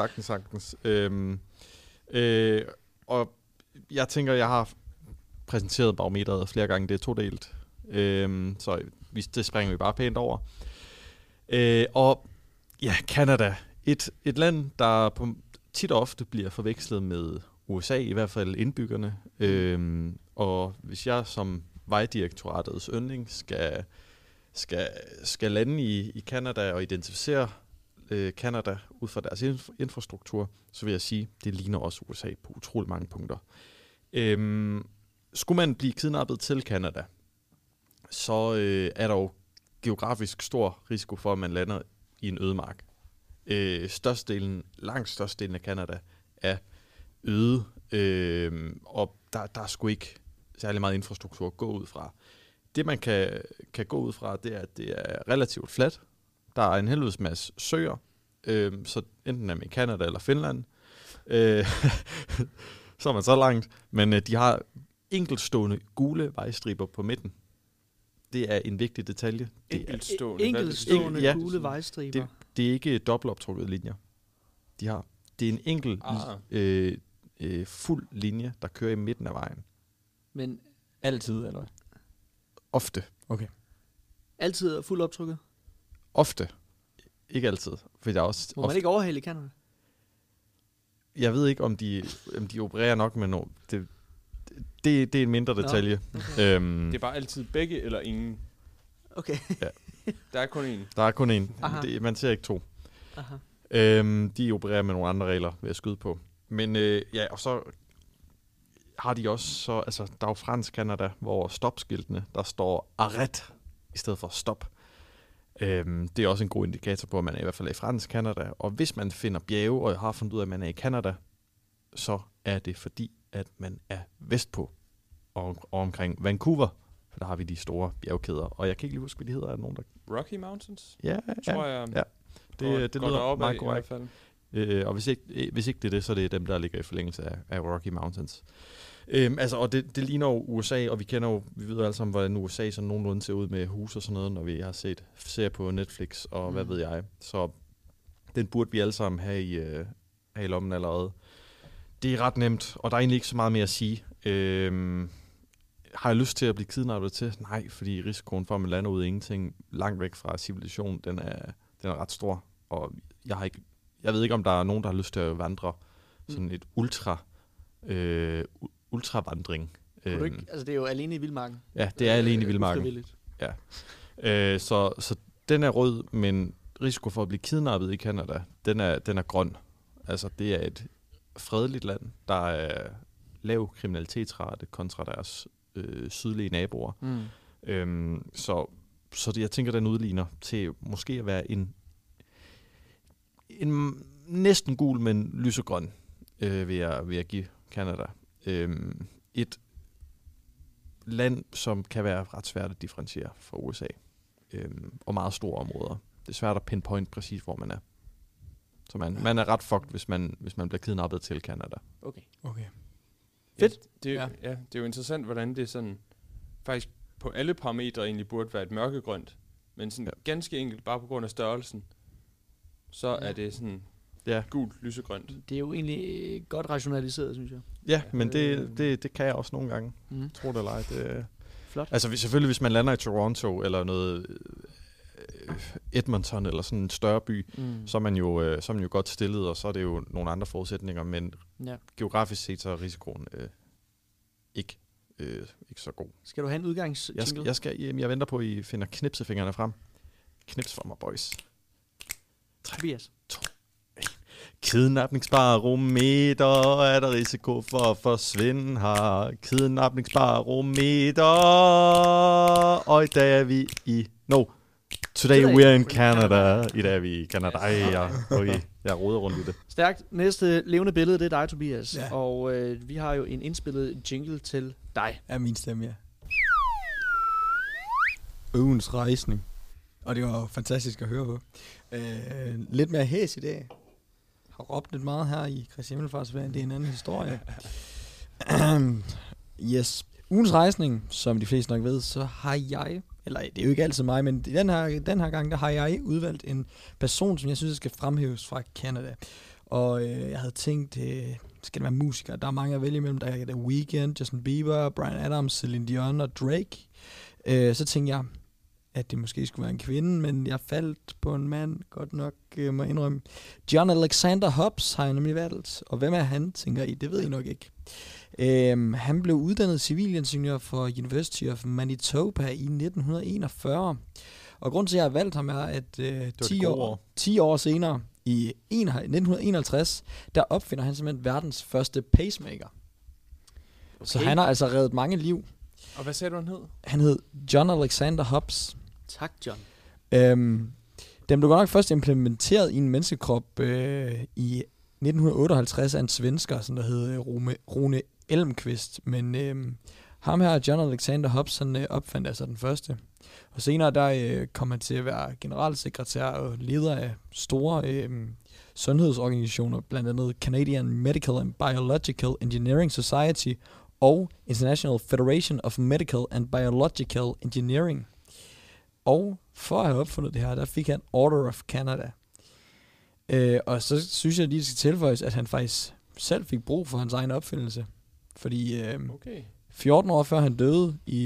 Og jeg tænker, jeg har præsenteret barometeret flere gange. Det er todelt. Så det springer vi bare pænt over. Og ja, Canada. Et land, der tit og ofte bliver forvekslet med USA, i hvert fald indbyggerne. Og hvis jeg som Vejdirektoratets yndling skal lande i Canada og identificere Canada ud fra deres infrastruktur, så vil jeg sige, det ligner også USA på utrolig mange punkter. Skulle man blive kidnappet til Canada, så er der jo geografisk stor risiko for, at man lander i en ødemark. Langt størstedelen af Canada er øde, og der er sgu ikke særlig meget infrastruktur at gå ud fra. Det man kan gå ud fra, det er, at det er relativt fladt. Der er en helvedes masse søer, så enten er man i Canada eller Finland, så er man så langt, men de har enkeltstående gule vejstriber på midten. Det er en vigtig detalje. Enkeltstående gule vejstriber. Det er ikke dobbeltoptrukket linjer. Det er en enkelt fuld linje, der kører i midten af vejen. Men altid, eller hvad? Ofte. Okay. Altid er fuld optrukket? Ofte. Ikke altid. For jeg også må man ikke overhale i Canada? Jeg ved ikke, om de opererer nok med noget. Det er en mindre detalje. Okay. Det er bare altid begge eller ingen? Okay. Ja. Der er kun en? Der er kun en. Man ser ikke to. De opererer med nogle andre regler, vil jeg skyde på. Men og så har de også, der er jo fransk Canada, hvor stopskiltene, der står arrête i stedet for stop. Det er også en god indikator på, at man er i hvert fald i fransk Canada. Og hvis man finder bjerge, og har fundet ud af, at man er i Canada, så er det fordi, at man er vestpå og omkring Vancouver. For der har vi de store bjergkæder. Og jeg kan ikke lige huske, hvad de hedder. Er der nogen, der... Rocky Mountains? Ja, tror jeg. Ja. Det lyder meget korrekt. Og hvis ikke det er det, så er det dem, der ligger i forlængelse af Rocky Mountains. Og det ligner jo USA, og vi ved jo alle sammen, hvordan USA sådan nogenlunde ser ud med hus og sådan noget, når vi har set serier på Netflix, og hvad ved jeg. Så den burde vi alle sammen have i lommen allerede. Det er ret nemt, og der er egentlig ikke så meget mere at sige. Har jeg lyst til at blive kidnappet til? Nej, fordi risikoen for, at man lander ud af ingenting, langt væk fra civilisation, den er ret stor. Og jeg ved ikke, om der er nogen, der har lyst til at vandre sådan et ultravandring. Det er jo alene i vildmarken. Ja, det er alene i vildmarken. Ja. Så den er rød, men risiko for at blive kidnappet i Canada, den er grøn. Altså, det er et fredeligt land, der er lav kriminalitetsrate kontra deres sydlige naboer. Så jeg tænker, den udligner til måske at være en næsten gul, men lysegrøn vil jeg give Canada. Et land, som kan være ret svært at differentiere fra USA. Og meget store områder. Det er svært at pinpoint præcis, hvor man er. Så man er ret fucked, hvis man bliver kidnappet til Canada. Okay. Fedt. Det er jo interessant, hvordan det sådan faktisk på alle parametre egentlig burde være et mørkegrønt, men sådan ganske enkelt, bare på grund af størrelsen, så er det sådan gult, lysegrønt. Det er jo egentlig godt rationaliseret, synes jeg. Ja, men det kan jeg også nogle gange. Tro det eller ej. Flot. Altså selvfølgelig, hvis man lander i Toronto eller noget Edmonton eller sådan en større by, så er man jo godt stillet, og så er det jo nogle andre forudsætninger, men geografisk set så er risikoen ikke så god. Skal du have en udgangsjingle? Jeg venter på, at I finder knipsefingrene frem. Knips for mig, boys. Tobias. Kidnapningsbarometer, er der risiko for at forsvinde her? Kidnapningsbarometer, og i dag er vi i... Today we are in Canada. I dag er vi i Canada. Jeg roder rundt i det. Stærkt. Næste levende billede, det er dig, Tobias. Ja. Og vi har jo en indspillet jingle til dig. Ja, min stemme, ja. Ugens rejsning. Og det var fantastisk at høre på. Lidt mere hæs i dag. Har råbt lidt meget her i Kristi Himmelfartsferien. Det er en anden historie. Yes. Ugens rejsning, som de fleste nok ved, så har jeg... Eller det er jo ikke altid mig, men den her gang, der har jeg udvalgt en person, som jeg synes skal fremhæves fra Canada. Og jeg havde tænkt, skal det være musikere? Der er mange at vælge imellem. Der er The Weeknd, Justin Bieber, Bryan Adams, Celine Dion og Drake. Så tænkte jeg, at det måske skulle være en kvinde, men jeg faldt på en mand, godt nok må jeg indrømme. John Alexander Hobbs har jeg nemlig valgt. Og hvem er han, tænker I? Det ved I nok ikke. Han blev uddannet civilingeniør for University of Manitoba i 1941. Og grunden til, at jeg har valgt ham, er, at 10 år senere, i 1951, der opfinder han simpelthen verdens første pacemaker. Okay. Så han har altså reddet mange liv. Og hvad sagde du, han hed? Han hed John Alexander Hobbs. Tak, John. Den blev godt nok først implementeret i en menneskekrop i 1958 af en svensker, som der hed Rune Elmqvist. Men ham her, John Alexander Hobbs, han opfandt altså den første. Og senere der kom han til at være generalsekretær og leder af store sundhedsorganisationer, blandt andet Canadian Medical and Biological Engineering Society og International Federation of Medical and Biological Engineering. Og for at have opfundet det her, der fik han Order of Canada. Og så synes jeg lige, det skal tilføjes, at han faktisk selv fik brug for hans egen opfindelse. Fordi 14 år før han døde i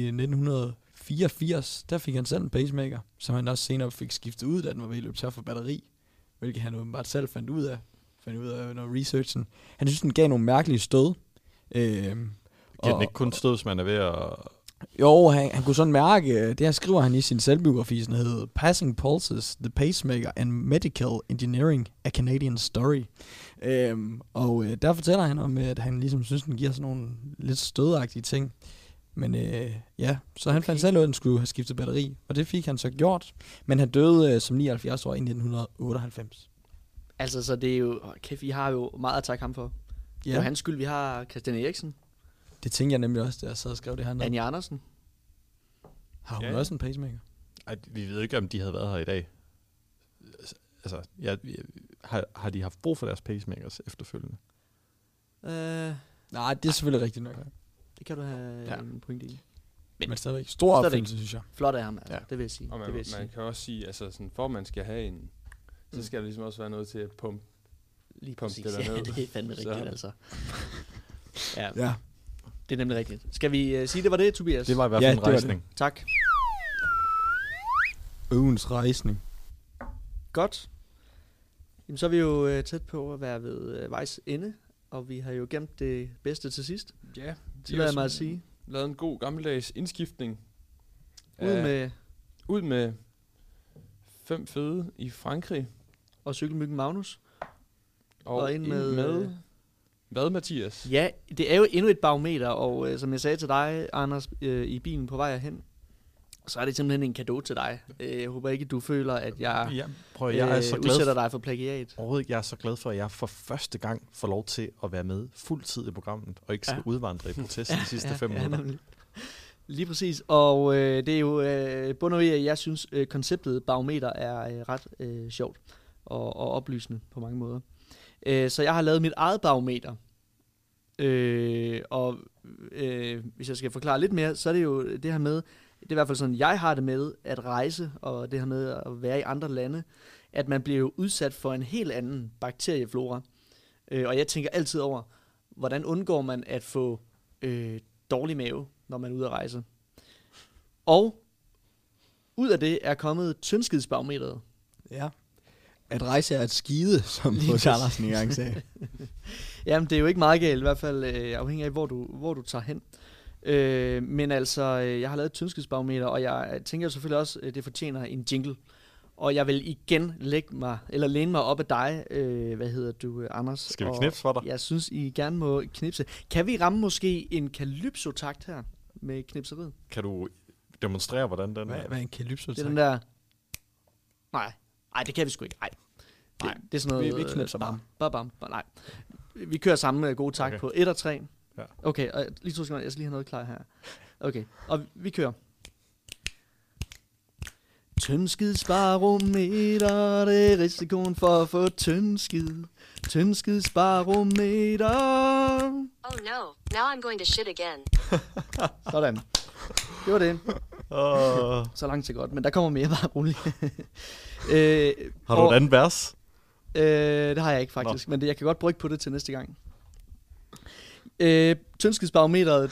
1984, der fik han selv en pacemaker, som han også senere fik skiftet ud, da den var ved at løbe tør for batteri. Hvilket han åbenbart selv fandt ud af noget researchen. Han synes, den gav nogle mærkelige stød. Giver den ikke kun stød, hvis man er ved at... Jo, han kunne sådan mærke, det her skriver han i sin selvbiografi, som hedder Passing Pulses, The Pacemaker and Medical Engineering, A Canadian Story. Og der fortæller han om, at han ligesom synes, den giver sådan nogle lidt stødagtige ting. Men så han fandt selv ud, at den skulle have skiftet batteri, og det fik han så gjort. Men han døde som 79 år i 1998. Altså, så det er jo... Kæft, vi har jo meget at takke ham for. Ja. Det er hans skyld, vi har Christian Eriksen. Det tænker jeg nemlig også, da jeg sad og skrev det her ned. Anja Andersen. Har hun også en pacemaker? Ej, vi ved ikke, om de havde været her i dag. Altså, har de haft brug for deres pacemakers efterfølgende? Nej, det er selvfølgelig rigtigt nok. Det kan du have en pointe i. Men stadigvæk stor opfyldelse, synes jeg. Flot af ham, altså. Det vil jeg sige. Og man kan også sige, altså sådan, for at man skal have en, så skal der ligesom også være noget til at pumpe det der ned. Ja, det er fandme rigtigt, altså. Ja. Det er nemlig rigtigt. Skal vi sige, det var det, Tobias? Det var i hvert fald en rejsning. Tak. Ugens rejsning. Godt. Jamen, så er vi jo tæt på at være ved vejs ende, og vi har jo gemt det bedste til sidst. Ja. Det lader jeg mig at sige. Lavet en god gammeldags indskiftning. Ud med 5 fede i Frankrig. Og cykelmyggen Magnus. Og ind med hvad, Mathias? Ja, det er jo endnu et barometer, og som jeg sagde til dig, Anders, i bilen på vej herhen, så er det simpelthen en cadeau til dig. Jeg håber ikke, du føler, at jeg er så glad udsætter dig for plagiat. Overhovedet, jeg er så glad for, at jeg for første gang får lov til at være med fuldtid i programmet, og ikke skal udvandre i protest de sidste 5 minutter. Lige præcis, og det er jo bundet ved, at jeg synes, konceptet barometer er ret sjovt og oplysende på mange måder. Så jeg har lavet mit eget barometer, og hvis jeg skal forklare lidt mere, så er det jo det her med, det er i hvert fald sådan, jeg har det med at rejse, og det her med at være i andre lande, at man bliver jo udsat for en helt anden bakterieflora. Og jeg tænker altid over, hvordan undgår man at få dårlig mave, når man er ude at rejse. Og ud af det er kommet tyndskidsbarometeret. Ja. At rejse er et skide, som på Charlersen engang sagde. Jamen, det er jo ikke meget galt, i hvert fald afhængig af, hvor du tager hen. Men altså, jeg har lavet et tyndskidsbarometer, og jeg tænker selvfølgelig også, at det fortjener en jingle. Og jeg vil igen læne mig op af dig, hvad hedder du, Anders? Skal vi knipse for dig? Jeg synes, I gerne må knipse. Kan vi ramme måske en kalypso-takt her med knipseriet? Kan du demonstrere, hvordan den er? Hvad er en kalypso-takt? Det er den der... Nej, det kan vi sgu ikke. Nej. Det er sådan noget... Vi knipser bare. Nej. Vi kører samme gode takt på 1 og 3. Ja. Okay, og lige 2 sekunder. Jeg skal lige have noget klar her. Okay, og vi kører. Tyndskidsbarometer, det er risikoen for at få tyndskid. Tyndskidsbarometer. Oh no, now I'm going to shit again. Sådan. Det var det. Så langt så godt, men der kommer mere, bare roligt. Har du et andet vers? Det har jeg ikke faktisk, men jeg kan godt brygge på det til næste gang. Tyndskidsbarometeret,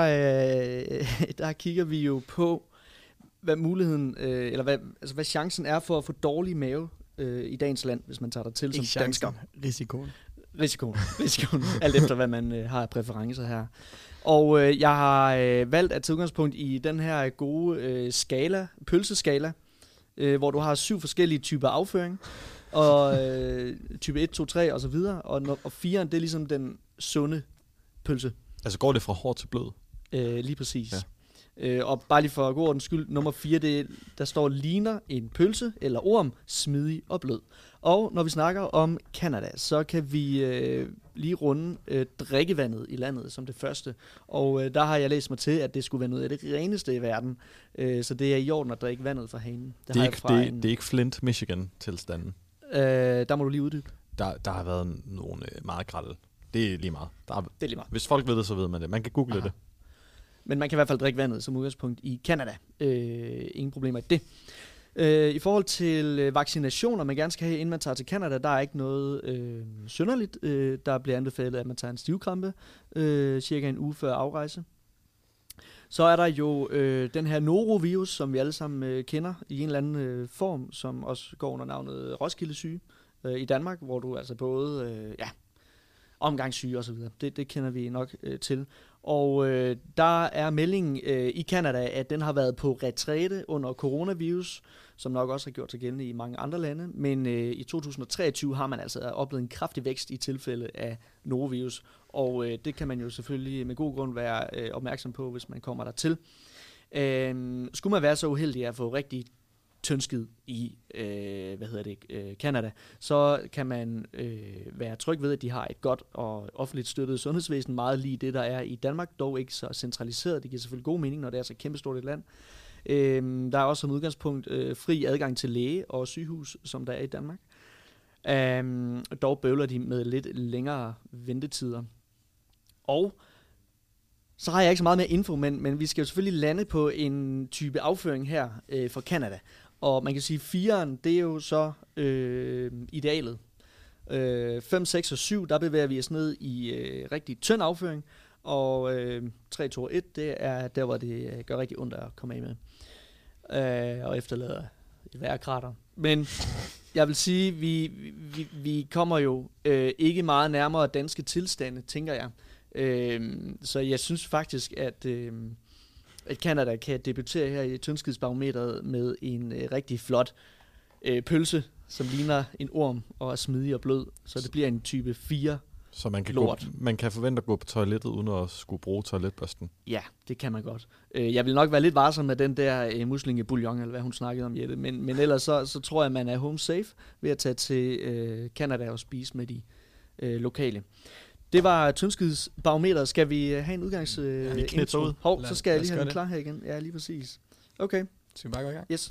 der kigger vi jo på, hvad muligheden, hvad chancen er for at få dårlig mave i dagens land, hvis man tager der til som dansker. Risikoen. Alt efter, hvad man har af præferencer her. Og jeg har valgt at tage udgangspunkt i den her gode pølseskala, hvor du har 7 forskellige typer afføring, og type 1, 2, 3 og så videre, og 4, det er ligesom den sunde pølse. Altså går det fra hård til blød? Lige præcis. Ja. Og bare lige for god ordens skyld, nummer 4, der står ligner en pølse eller orm, smidig og blød. Og når vi snakker om Canada, så kan vi lige runde drikkevandet i landet som det første. Og der har jeg læst mig til, at det skulle være noget af det reneste i verden. Så det er i orden at drikke vandet fra hanen. Det er ikke Flint, Michigan-tilstanden? Der må du lige uddybe. Der har været nogle meget grælde. Det er lige meget. Det er lige meget. Hvis folk ved det, så ved man det. Man kan google det. Men man kan i hvert fald drikke vandet som udgangspunkt i Canada. Ingen problemer i det. I forhold til vaccinationer, man gerne skal have, inden man tager til Canada, der er ikke noget synderligt. Der bliver anbefalet, at man tager en stivkrampe cirka en uge før afrejse. Så er der jo den her norovirus, som vi alle sammen kender i en eller anden form, som også går under navnet Roskilde-syge i Danmark, hvor du altså både omgangssyge og så videre. Det kender vi nok til. Og der er meldingen i Canada, at den har været på retræte under coronavirus, som nok også har gjort sig gældende i mange andre lande. Men i 2023 har man altså oplevet en kraftig vækst i tilfælde af norovirus. Og det kan man jo selvfølgelig med god grund være opmærksom på, hvis man kommer dertil. Skulle man være så uheldig at få rigtig tyndskid i Canada, så kan man være tryg ved, at de har et godt og offentligt støttet sundhedsvæsen, meget lige det, der er i Danmark, dog ikke så centraliseret. Det giver selvfølgelig god mening, når det er så kæmpestort et land. Der er også som udgangspunkt fri adgang til læge og sygehus, som der er i Danmark. Dog bøvler de med lidt længere ventetider. Og så har jeg ikke så meget mere info, men vi skal jo selvfølgelig lande på en type afføring her for Canada. Og man kan sige, 4'eren, det er jo så idealet. 5, 6 og 7, der bevæger vi os ned i rigtig tynd afføring. Og 3, 2 og 1, det er der, hvor det gør rigtig ondt at komme af med. Og efterlader et værre krater. Men jeg vil sige, vi kommer jo ikke meget nærmere danske tilstande, tænker jeg. Så jeg synes faktisk, at Canada kan debutere her i tyndskidsbarometeret med en rigtig flot pølse, som ligner en orm og er smidig og blød. Så det bliver en type 4 så man kan lort. Man kan forvente at gå på toilettet, uden at skulle bruge toiletbørsten. Ja, det kan man godt. Jeg vil nok være lidt varsom med den der muslingebouillon, eller hvad hun snakkede om, Jette. Men ellers så tror jeg, man er home safe ved at tage til Canada og spise med de lokale. Det var tyndskidsbarometeret. Skal vi have en udgangsintro? ud. Hov, så skal jeg lige have den klar her igen. Ja, lige præcis. Okay. Skal vi bare gå i gang? Yes.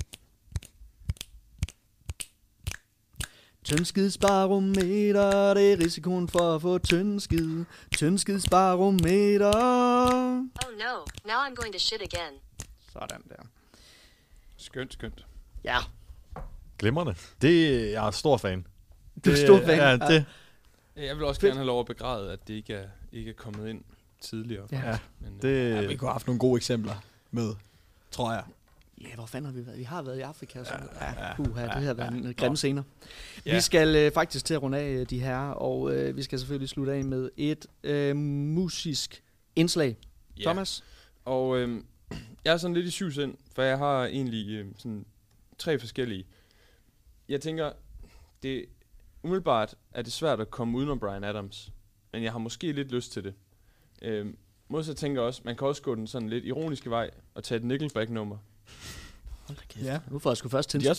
Tyndskidsbarometer, det er risikoen for at få tyndskid. Tyndskidsbarometer. Oh no, now I'm going to shit again. Sådan der. Skønt. Ja. Glimrende. Jeg er stor fan. Du er stor fan? Ja, det. Jeg vil også gerne have lov at begræde, at det ikke er kommet ind tidligere. Ja. Men, vi kunne have haft nogle gode eksempler med, tror jeg. Ja, hvor fanden har vi været? Vi har været i Afrika. Så det har været en grimme scener. Ja. Vi skal faktisk til at runde af de her, og vi skal selvfølgelig slutte af med et musisk indslag. Ja. Thomas? Og jeg er sådan lidt i syvsind, for jeg har egentlig sådan 3 forskellige. Jeg tænker, umiddelbart er det svært at komme udenom Bryan Adams, men jeg har måske lidt lyst til det. Modsat tænker også, man kan også gå den sådan lidt ironiske vej og tage et Nickelback-nummer. Hold da kæft. Ja. Nu får jeg sgu først til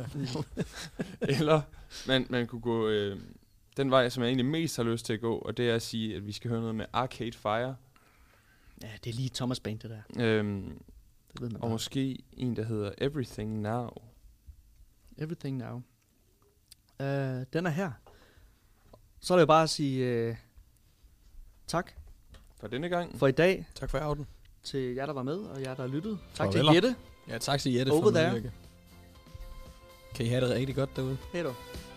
Eller man kunne gå den vej, som jeg egentlig mest har lyst til at gå, og det er at sige, at vi skal høre noget med Arcade Fire. Ja, det er lige Thomas Band, det der. Det ved man og måske en, der hedder Everything Now. Everything Now. Den er her. Så er det jo bare at sige tak. For denne gang. For i dag. Tak for aften. Til jer, der var med, og jer, der lyttede. Tak Farveler. til Jette. Ja, tak til Jette. Over there. Kan I have det rigtig godt derude. Hej då.